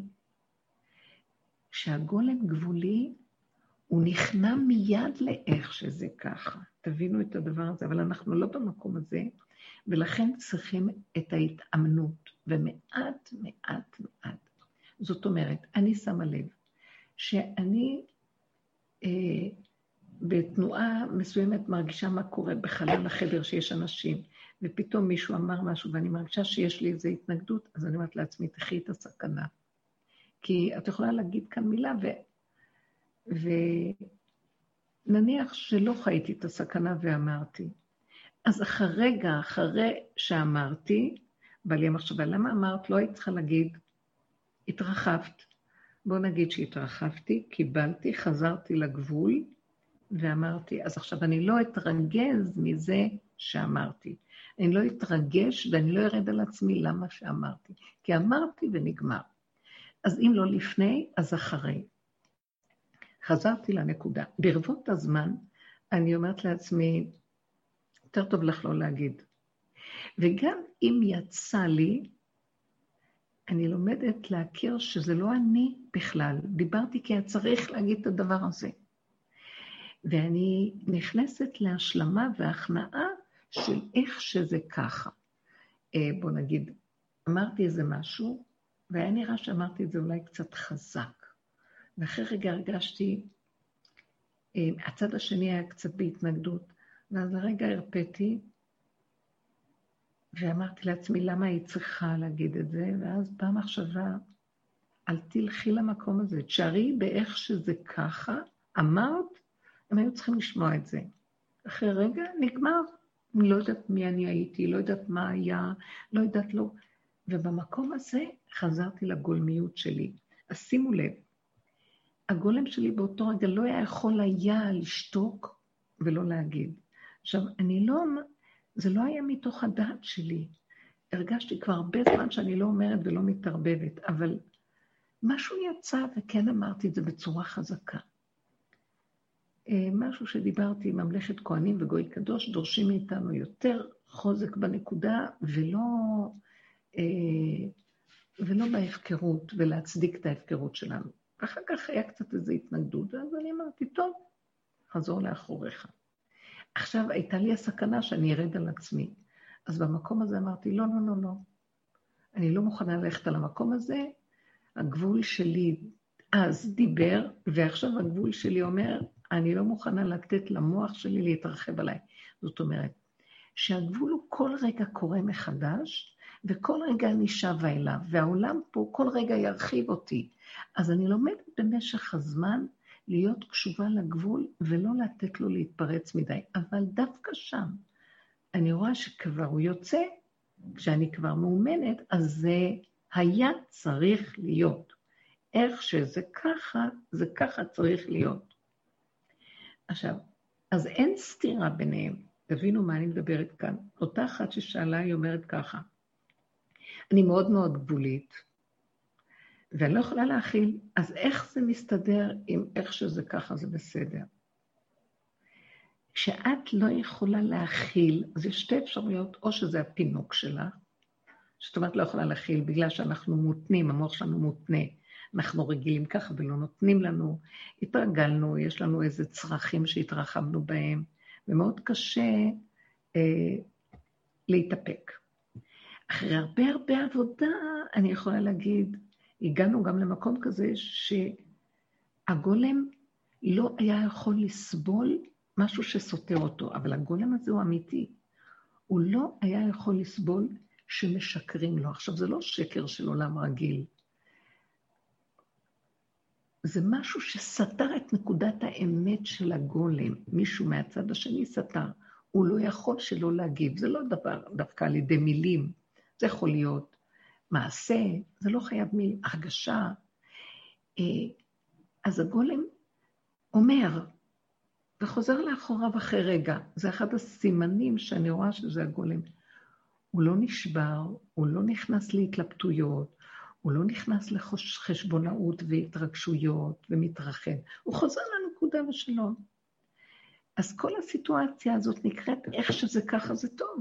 שהגולם גבולי, הוא נכנע מיד לאיך שזה ככה. תבינו את הדבר הזה, אבל אנחנו לא במקום הזה, ולכן צריכים את ההתאמנות, ומעט, מעט, מעט. זאת אומרת, אני שמה לב, שאני בתנועה מסוימת מרגישה מה קורה בחלל החדר שיש אנשים, ופתאום מישהו אמר משהו, ואני מרגישה שיש לי איזו התנגדות, אז אני אומרת לעצמי, תחי את הסכנה. כי את יכולה להגיד כאן מילה, ונניח שלא חייתי את הסכנה ואמרתי. אז אחרי שאמרתי, בא לי המחשבה, למה אמרת? לא היית צריכה להגיד, התרחבת. בוא נגיד שהתרחבתי, קיבלתי, חזרתי לגבול, ואמרתי, אז עכשיו אני לא אתרגז מזה שאמרתי. אני לא אתרגש ואני לא ארד על עצמי למה שאמרתי. כי אמרתי ונגמר. אז אם לא לפני, אז אחרי. חזרתי לנקודה. ברבות הזמן, אני אומרת לעצמי, יותר טוב לך לא להגיד. וגם אם יצא לי, אני לומדת להכיר שזה לא אני בכלל. דיברתי כי צריך להגיד את הדבר הזה. ואני נכנסת להשלמה והכנעה של איך שזה ככה. בוא נגיד, אמרתי איזה משהו, והיה נראה שאמרתי את זה אולי קצת חזק. ואחרי רגע הרגשתי, הצד השני היה קצת בהתנגדות, ואז לרגע הרפאתי, ואמרתי לעצמי למה היא צריכה להגיד את זה, ואז באה מחשבה, אל תלכי למקום הזה, תשארי באיך שזה ככה, אמרת, הם היו צריכים לשמוע את זה. אחרי רגע נגמר, אני לא יודעת מי אני הייתי, לא יודעת מה היה, לא יודעת לא, ובמקום הזה חזרתי לגולמיות שלי. אז שימו לב, הגולם שלי באותו רגע לא היה לשתוק ולא להגיד. עכשיו, זה לא היה מתוך הדעת שלי. הרגשתי כבר הרבה זמן שאני לא אומרת ולא מתערבבת, אבל משהו יצא וכן אמרתי את זה בצורה חזקה. משהו שדיברתי עם ממלכת כהנים וגוי קדוש, דורשים מאיתנו יותר חוזק בנקודה ולא בהפקרות ולהצדיק את ההפקרות שלנו. ואחר כך היה קצת איזו התנגדות, אז אני אמרתי, טוב, חזור לאחוריך. עכשיו הייתה לי הסכנה שאני ארד על עצמי. אז במקום הזה אמרתי, לא, לא, לא, לא. אני לא מוכנה ללכת על המקום הזה. הגבול שלי אז דיבר, ועכשיו הגבול שלי אומר, אני לא מוכנה לתת למוח שלי להתרחב עליי. זאת אומרת, שהגבול הוא כל רגע קורה מחדש, וכל רגע אני שווה אליו, והעולם פה כל רגע ירחיב אותי. אז אני לומדת במשך הזמן להיות קשובה לגבול, ולא לתת לו להתפרץ מדי. אבל דווקא שם, אני רואה שכבר הוא יוצא, כשאני כבר מאומנת, אז זה היה צריך להיות. איך שזה ככה, זה ככה צריך להיות. עכשיו, אז אין סתירה ביניהם. תבינו מה אני מדברת כאן. אותה אחת ששאלה, היא אומרת ככה, אני מאוד מאוד גבולית, ואני לא יכולה להכיל, אז איך זה מסתדר עם איך שזה ככה, זה בסדר. כשאת לא יכולה להכיל, אז יש שתי אפשרויות, או שזה הפינוק שלה, זאת אומרת לא יכולה להכיל, בגלל שאנחנו מותנים, המוח שלנו מותנה, אנחנו רגילים ככה ולא נותנים לנו, התרגלנו, יש לנו איזה צרכים שהתרחבנו בהם, ומאוד קשה להתאפק. אחרי הרבה עבודה, אני יכולה להגיד, הגענו גם למקום כזה שהגולם לא היה יכול לסבול משהו שסותר אותו, אבל הגולם הזה הוא אמיתי. הוא לא היה יכול לסבול שמשקרים לו. עכשיו, זה לא שקר של עולם רגיל. זה משהו שסתר את נקודת האמת של הגולם. מישהו מהצד השני סתר. הוא לא יכול שלא להגיב. זה לא דבר דווקא על ידי מילים. זה יכול להיות מעשה, זה לא חייב הרגשה. אז הגולם אומר, וחוזר לאחוריו אחרי רגע. זה אחד הסימנים שאני רואה שזה הגולם. הוא לא נשבר, הוא לא נכנס להתלבטויות, הוא לא נכנס לחשבונאות והתרגשויות ומתרחב. הוא חוזר לנקודה ושלום. אז כל הסיטואציה הזאת נקראת איך שזה ככה זה טוב.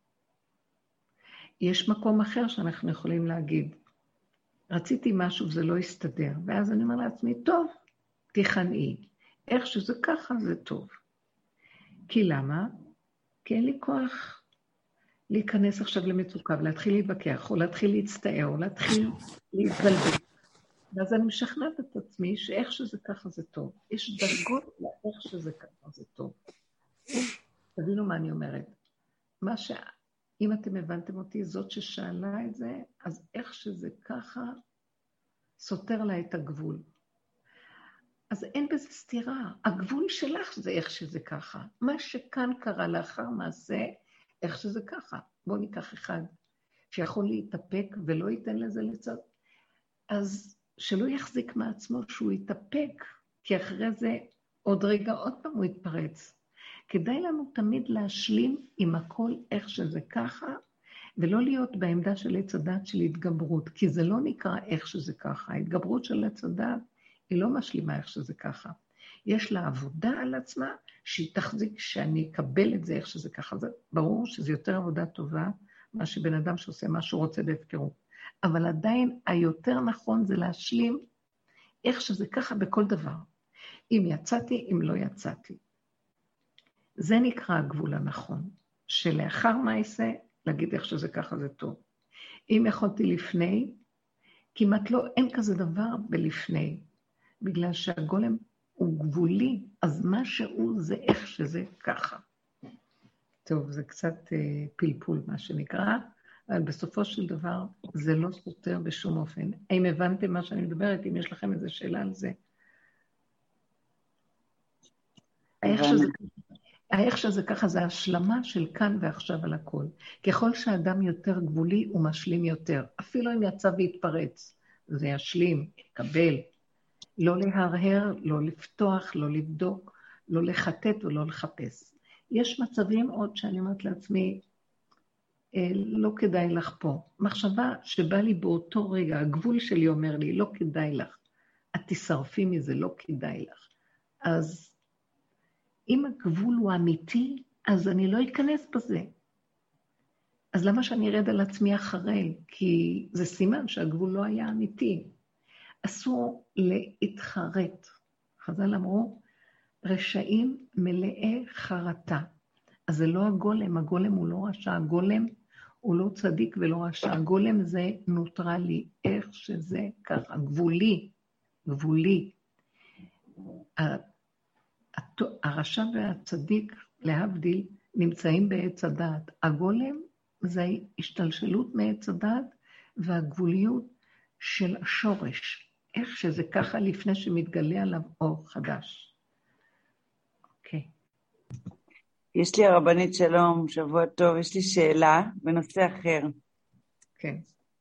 יש מקום אחר שאנחנו יכולים להגיד, רציתי משהו וזה לא יסתדר, ואז אני אומר לעצמי, טוב, תיכנעי. איך שזה ככה זה טוב. כי למה? כי אין לי כוח להיכנס עכשיו למצוקה, ולהתחיל להתווכח, או להתחיל להצטער, או להתחיל להתבלבל. ואז אני משכנעת את עצמי שאיך שזה ככה זה טוב. יש דרגות לאיך שזה ככה זה טוב. תבינו מה אני אומרת. אם אתם הבנתם אותי, זאת ששאלה את זה, אז איך שזה ככה סותר לה את הגבול. אז אין בזה סתירה. הגבול שלך זה איך שזה ככה. מה שכאן קרה לאחר מעשה, איך שזה ככה. בואו ניקח אחד שיכול להתאפק ולא ייתן לזה לצד. אז שלא יחזיק מעצמו שהוא יתאפק, כי אחרי זה עוד רגע עוד פעם הוא יתפרץ. כדאי לנו תמיד להשלים עם הכל איך שזה ככה, ולא להיות בעמדה של עץ הדת של התגברות, כי זה לא נקרא איך שזה ככה. ההתגברות של עץ הדת היא לא משלימה איך שזה ככה. יש לה עבודה על עצמה, שהיא תחזיק שאני אקבל את זה איך שזה ככה. זה ברור שזה יותר עבודה טובה, מה שבן אדם שעושה מה שהוא רוצה בהפקרות. אבל עדיין היותר נכון זה להשלים איך שזה ככה בכל דבר. אם יצאתי, אם לא יצאתי. זה נקרא הגבול הנכון, שלאחר מעשה, להגיד איך שזה ככה זה טוב. אם יכולתי לפני, כמעט לא, אין כזה דבר בלפני, בגלל שהגולם הוא גבולי, אז מה שהוא זה איך שזה ככה. טוב, זה קצת פלפול מה שנקרא, אבל בסופו של דבר זה לא סותר בשום אופן. האם הבנתם מה שאני מדברת? אם יש לכם איזו שאלה על זה. איך שזה ככה זה השלמה של כאן ועכשיו על הכל. ככל שהאדם יותר גבולי הוא משלים יותר. אפילו אם יצא והתפרץ, זה ישלים, יקבל. לא להרהר, לא לפתוח, לא לבדוק, לא לחטט ולא לחפש. יש מצבים עוד שאני אומרת לעצמי, לא כדאי לך פה. מחשבה שבא לי באותו רגע, הגבול שלי אומר לי, לא כדאי לך. את תשרפי מזה, לא כדאי לך. אז אם הגבול הוא אמיתי, אז אני לא אכנס בזה. אז למה שאני ארד על עצמי אחרי? כי זה סימן שהגבול לא היה אמיתי. אסור להתחרט. חז"ל אמרו, רשעים מלאי חרטה. אז זה לא הגולם, הגולם הוא לא רשע, הגולם הוא לא צדיק ולא רשע. הגולם זה נוטרלי, איך שזה ככה, גבולי, גבולי. הרשע והצדיק, להבדיל, נמצאים בעץ הדעת. הגולם זה השתלשלות מעץ הדעת והגבוליות של השורש. איך שזה ככה לפני שמתגלה עליו אור חדש. אוקיי. יש לי הרבנית שלום, שבוע טוב, יש לי שאלה בנושא אחר. כן.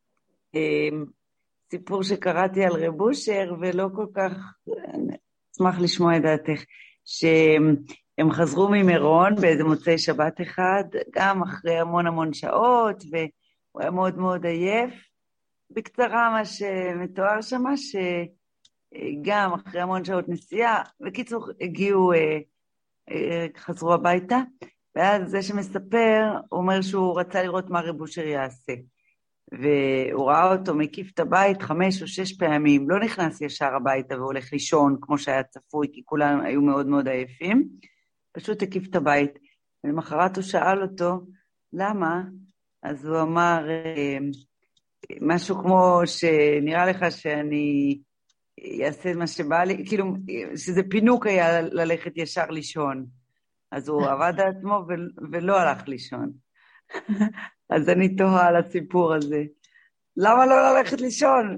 סיפור שקראתי על רב אושר ולא כל כך, אשמח לשמוע את דעתך, שהם חזרו ממירון באיזה מוצאי שבת אחד, גם אחרי המון שעות, והוא היה מאוד מאוד עייף. בקצרה מה שמתואר שם, שגם אחרי המון שעות נסיעה, בקיצור הגיעו, חזרו הביתה, ואז זה שמספר, הוא אומר שהוא רצה לראות מה רב אושר יעשה. והוא ראה אותו מקיף את הבית 5 או 6 פעמים, לא נכנס ישר הביתה והולך לישון, כמו שהיה צפוי, כי כולם היו מאוד מאוד עייפים, פשוט הקיף את הבית. ולמחרת הוא שאל אותו, למה? אז הוא אמר, משהו כמו שנראה לך שאני אעשה מה שבא לי, כאילו שזה פינוק היה ללכת ישר לישון. אז הוא עבד על עצמו ולא הלך לישון. אז אני תוהה על הסיפור הזה. למה לא ללכת לישון?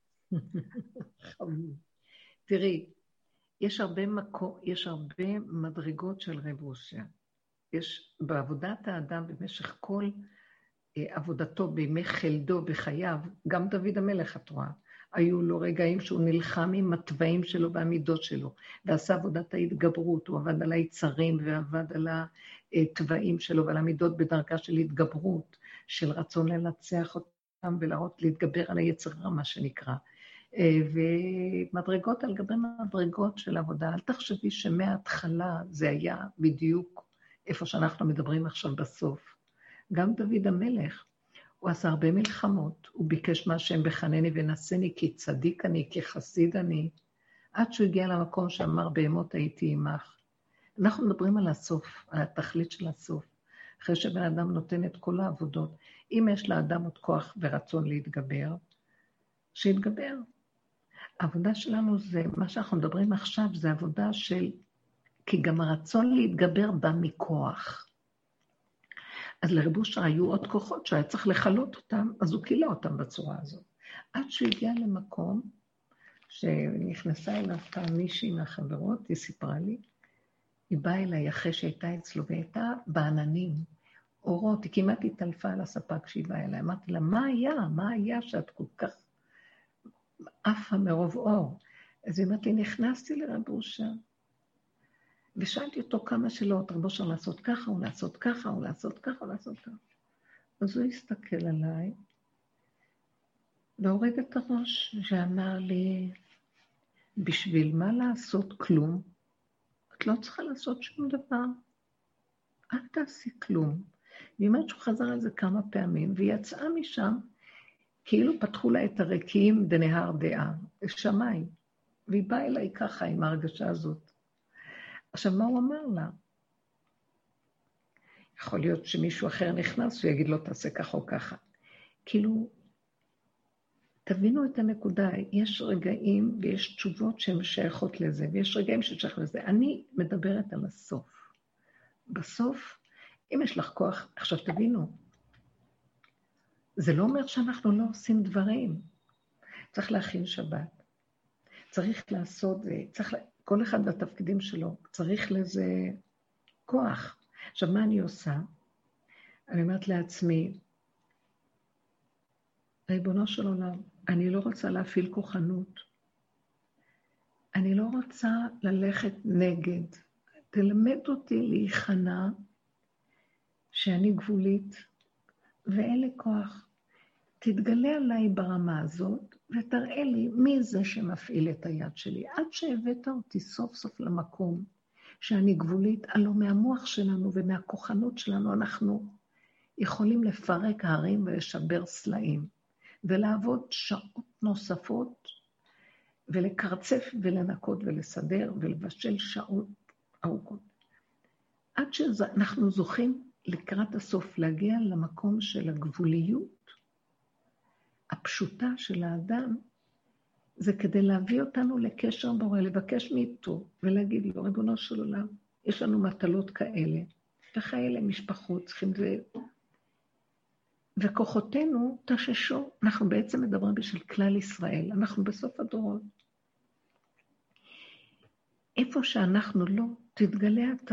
תראי, יש הרבה מדרגות של רב אושר. יש בעבודת האדם במשך כל עבודתו בימי חלדו בחייו, גם דוד המלך את רואה, היו לו רגעים שהוא נלחם עם הטבעים שלו והמידות שלו, ועשה עבודת ההתגברות, הוא עבד על היצרים ועבד על הטבעים שלו ועל המידות בדרכה של התגברות, של רצון לנצח אותם ולהראות להתגבר על היצר רע, מה שנקרא. ומדרגות על גבי מדרגות של עבודה. אל תחשבי שמההתחלה זה היה בדיוק איפה שאנחנו מדברים עכשיו בסוף. גם דוד המלך, הוא עשה הרבה מלחמות, הוא ביקש מהשם בחנני ונשני, כי צדיק אני, כי חסיד אני, עד שהוא הגיע למקום שאמר בהמות הייתי עמך. אנחנו מדברים על הסוף, על התכלית של הסוף, אחרי שבן אדם נותן את כל העבודות. אם יש לאדם עוד כוח ורצון להתגבר, שיתגבר. העבודה שלנו זה, מה שאנחנו מדברים עכשיו, זה עבודה של, כי גם הרצון להתגבר בא מכוח. אז לרב אושר היו עוד כוחות שהיה צריך לחלות אותם, אז הוא קילה אותם בצורה הזאת. עד שהוא הגיע למקום שנכנסה אליו פעם מישהי מהחברות, היא סיפרה לי, היא באה אליי אחרי שהייתה אצלו, והייתה בעננים, אורות, היא כמעט התעלפה על הספה כשהיא באה אליי. אמרתי לה, מה היה? מה היה שאת כל כך עפה מרוב אור? אז היא אמרת לי, נכנסתי לרב אושר, ושאלתי אותו כמה שאלות, רב אושר לעשות ככה, או לעשות ככה, או לעשות ככה, או לעשות ככה. אז הוא הסתכל עליי, והוריד את הראש, ואמר לי, בשביל מה לעשות כלום? את לא צריכה לעשות שום דבר. אל תעשי כלום. היא אומרת שהוא חזר על זה כמה פעמים, והיא יצאה משם, כאילו פתחו לה את הרקיעים דנהר דעה, שמיים. והיא באה אליי ככה עם ההרגשה הזאת. עכשיו, מה הוא אמר לה? יכול להיות שמישהו אחר נכנס, הוא יגיד לו, תעשה ככה או ככה. כאילו, תבינו את הנקודה, יש רגעים ויש תשובות שהן שייכות לזה, ויש רגעים ששייך לזה. אני מדברת על הסוף. בסוף, אם יש לך כוח, עכשיו תבינו, זה לא אומר שאנחנו לא עושים דברים. צריך להכין שבת. צריך לעשות, כל אחד בתפקידים שלו, צריך לזה כוח. עכשיו, מה אני עושה? אני אומרת לעצמי, ריבונו של עולם, אני לא רוצה להפעיל כוחנות. אני לא רוצה ללכת נגד. תלמד אותי להיכנע שאני גבולית ואין לי כוח. תתגלה עליי ברמה הזאת ותראה לי מי זה שמפעיל את היד שלי. עד שהבאת אותי סוף סוף למקום שאני גבולית, הלא מהמוח שלנו ומהכוחנות שלנו אנחנו יכולים לפרק הרים ולשבר סלעים. ולעבוד שעות נוספות, ולקרצף ולנקות ולסדר, ולבשל שעות ארוכות. עד שאנחנו זוכים לקראת הסוף להגיע למקום של הגבוליות, הפשוטה של האדם, זה כדי להביא אותנו לקשר בורא, לבקש מאיתו, ולהגיד לו, ריבונו של עולם, יש לנו מטלות כאלה, וכאלה משפחות צריכים זה... וכוחותינו תששו, אנחנו בעצם מדברים בשביל כלל ישראל, אנחנו בסוף הדורות. איפה שאנחנו לא, תתגלה אתה.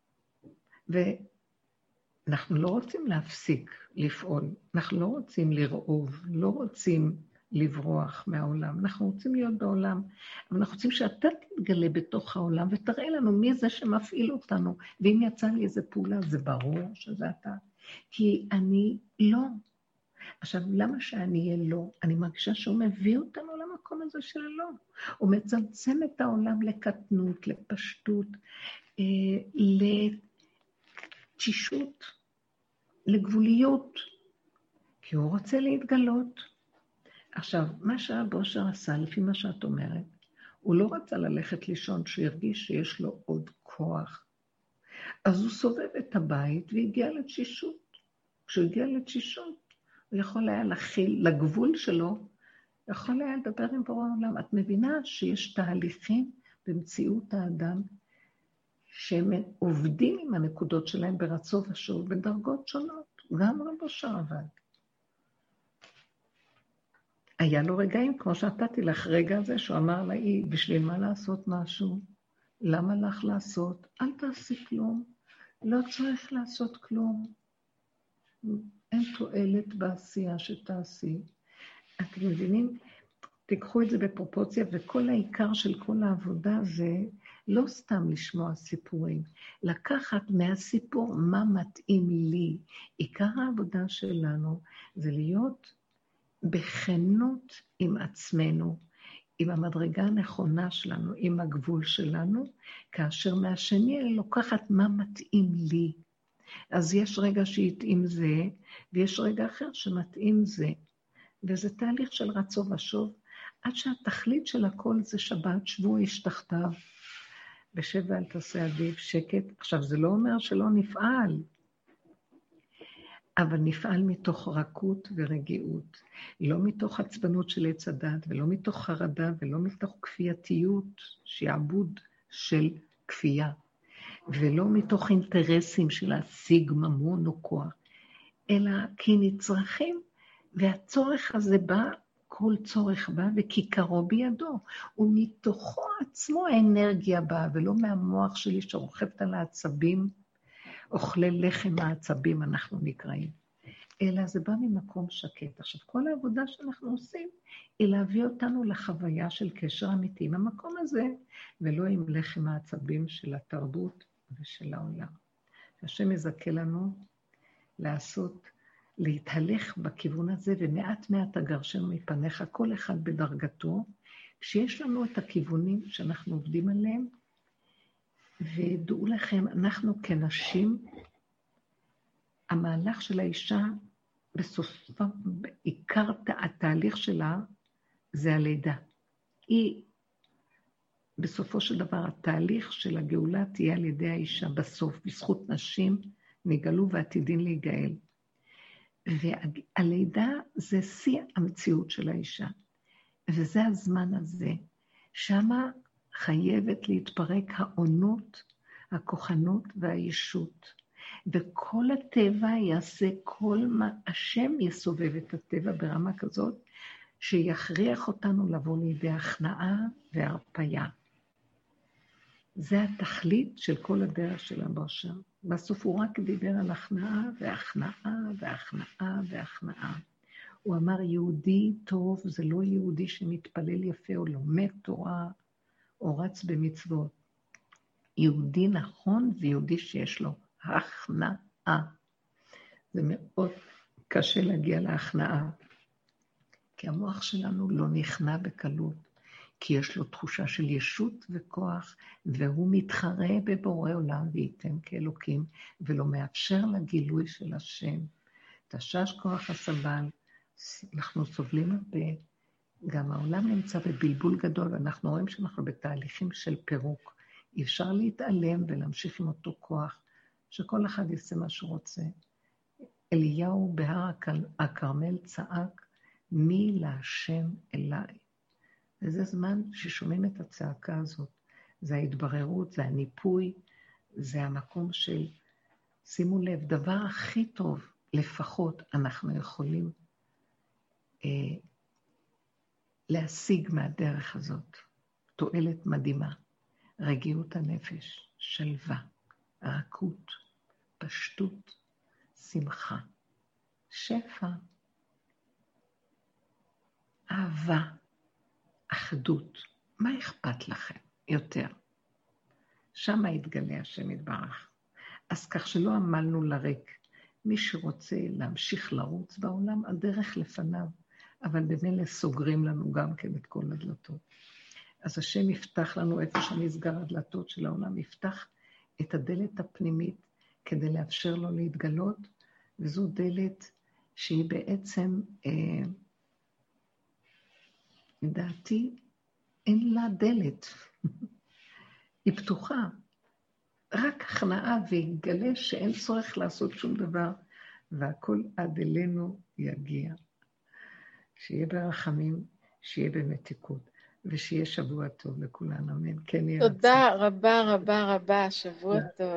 ואנחנו לא רוצים להפסיק לפעול, אנחנו לא רוצים לרעוב, לא רוצים לברוח מהעולם, אנחנו רוצים להיות בעולם, אבל אנחנו רוצים שאתה תתגלה בתוך העולם, ותראה לנו מי זה שמפעיל אותנו, ואם יצא לי איזה פעולה, זה ברור שזה אתה. כי אני לא. עכשיו, למה שאני אהיה לא? אני מרגישה שהוא מביא אותנו למקום הזה של הלא. הוא מצמצם את העולם לקטנות, לפשטות, לתשישות, לגבוליות, כי הוא רוצה להתגלות. עכשיו, מה שהרב אושר עשה, לפי מה שאת אומרת, הוא לא רצה ללכת לישון, שירגיש שיש לו עוד כוח. אז הוא סובב את הבית והגיע לתשישות. כשהוא הגיע לתשישות, הוא יכול היה להכיל לגבול שלו, יכול היה לדבר עם בורא העולם. את מבינה שיש תהליכים במציאות האדם, שהם עובדים עם הנקודות שלהם ברצון ושוב, בדרגות שונות, גם רב אושר עבד. היה לו רגעים, כמו שנתתי לך רגע הזה, שהוא אמר לה, בשביל מה לעשות משהו? למה לך לעשות? אל תעשי כלום. לא צריך לעשות כלום. אין תועלת בעשייה שתעשי. אתם מבינים? תיקחו את זה בפרופורציה, וכל העיקר של כל העבודה זה לא סתם לשמוע סיפורים, לקחת מהסיפור מה מתאים לי. עיקר העבודה שלנו זה להיות בכנות עם עצמנו, עם המדרגה הנכונה שלנו, עם הגבול שלנו, כאשר מהשני אני לוקחת מה מתאים לי. אז יש רגע שיתאים זה, ויש רגע אחר שמתאים זה. וזה תהליך של רצו ושוב, עד שהתכלית של הכל זה שבת, שבו איש תחתיו, בשב ואל תעשה עדיף, שקט. עכשיו, זה לא אומר שלא נפעל, אבל נפעל מתוך רכות ורגיעות, לא מתוך עצבנות של עץ הדת, ולא מתוך חרדה, ולא מתוך כפייתיות, שעבוד של כפייה, ולא מתוך אינטרסים של להשיג ממון או כוח, אלא כי נצרכים, והצורך הזה בא, כל צורך בא, וכיכרו בידו, ומתוכו עצמו האנרגיה באה, ולא מהמוח שלי שרוכבת על העצבים, אוכלי לחם העצבים אנחנו נקראים, אלא זה בא ממקום שקט. עכשיו, כל העבודה שאנחנו עושים, היא להביא אותנו לחוויה של קשר אמיתי עם המקום הזה, ולא עם לחם העצבים של התרבות ושל העולם. השם יזכה לנו לעשות, להתהלך בכיוון הזה, ומעט מעט אגרשנו מפניך, כל אחד בדרגתו, כשיש לנו את הכיוונים שאנחנו עובדים עליהם, ודעו לכם, אנחנו כנשים, המהלך של האישה, בסופה, בעיקר התהליך שלה, זה הלידה. היא, בסופו של דבר, התהליך של הגאולה תהיה על ידי האישה בסוף, בזכות נשים נגאלו ועתידין להיגאל. והלידה זה שיא המציאות של האישה. וזה הזמן הזה, שמה חייבת להתפרק העונות, הכוחנות והישות. וכל הטבע יעשה כל מה, השם יסובב את הטבע ברמה כזאת, שיכריח אותנו לבוא לידי הכנעה והרפיה. זה התכלית של כל הדרך של הברשה. בסוף הוא רק דיבר על הכנעה והכנעה והכנעה והכנעה. הוא אמר, יהודי טוב זה לא יהודי שמתפלל יפה או לומד תורה או רץ במצוות. יהודי נכון זה יהודי שיש לו הכנעה. זה מאוד קשה להגיע להכנעה, כי המוח שלנו לא נכנע בקלות, כי יש לו תחושה של ישות וכוח, והוא מתחרה בבורא עולם וייתן כאלוקים, ולא מאפשר לגילוי של השם. תשש כוח הסבל, אנחנו סובלים הרבה, גם העולם נמצא בבלבול גדול, ואנחנו רואים שאנחנו בתהליכים של פירוק. אי אפשר להתעלם ולהמשיך עם אותו כוח, שכל אחד יעשה מה שהוא רוצה. אליהו בהר הכרמל צעק, מי להשם אליי? וזה זמן ששומעים את הצעקה הזאת. זה ההתבררות, זה הניפוי, זה המקום של, שימו לב, דבר הכי טוב, לפחות אנחנו יכולים להשיג מהדרך הזאת. תועלת מדהימה, רגיעות הנפש, שלווה, רכות, פשטות, שמחה, שפע, אהבה, אחדות. מה אכפת לכם יותר? שם יתגלה השם יתברך. אז כך שלא עמלנו לריק. מי שרוצה להמשיך לרוץ בעולם, הדרך לפניו, אבל במילא סוגרים לנו גם כן את כל הדלתות. אז השם יפתח לנו איפה שנסגר הדלתות של העולם, יפתח את הדלת הפנימית כדי לאפשר לו להתגלות, וזו דלת שהיא בעצם, לדעתי, אין לה דלת. היא פתוחה. רק הכנעה ויגלה שאין צורך לעשות שום דבר, והכל עד אלינו יגיע. שיהיה ברחמים, שיהיה במתיקות, ושיהיה שבוע טוב לכולנו, אמן. כן, תודה רבה רבה רבה, שבוע טוב.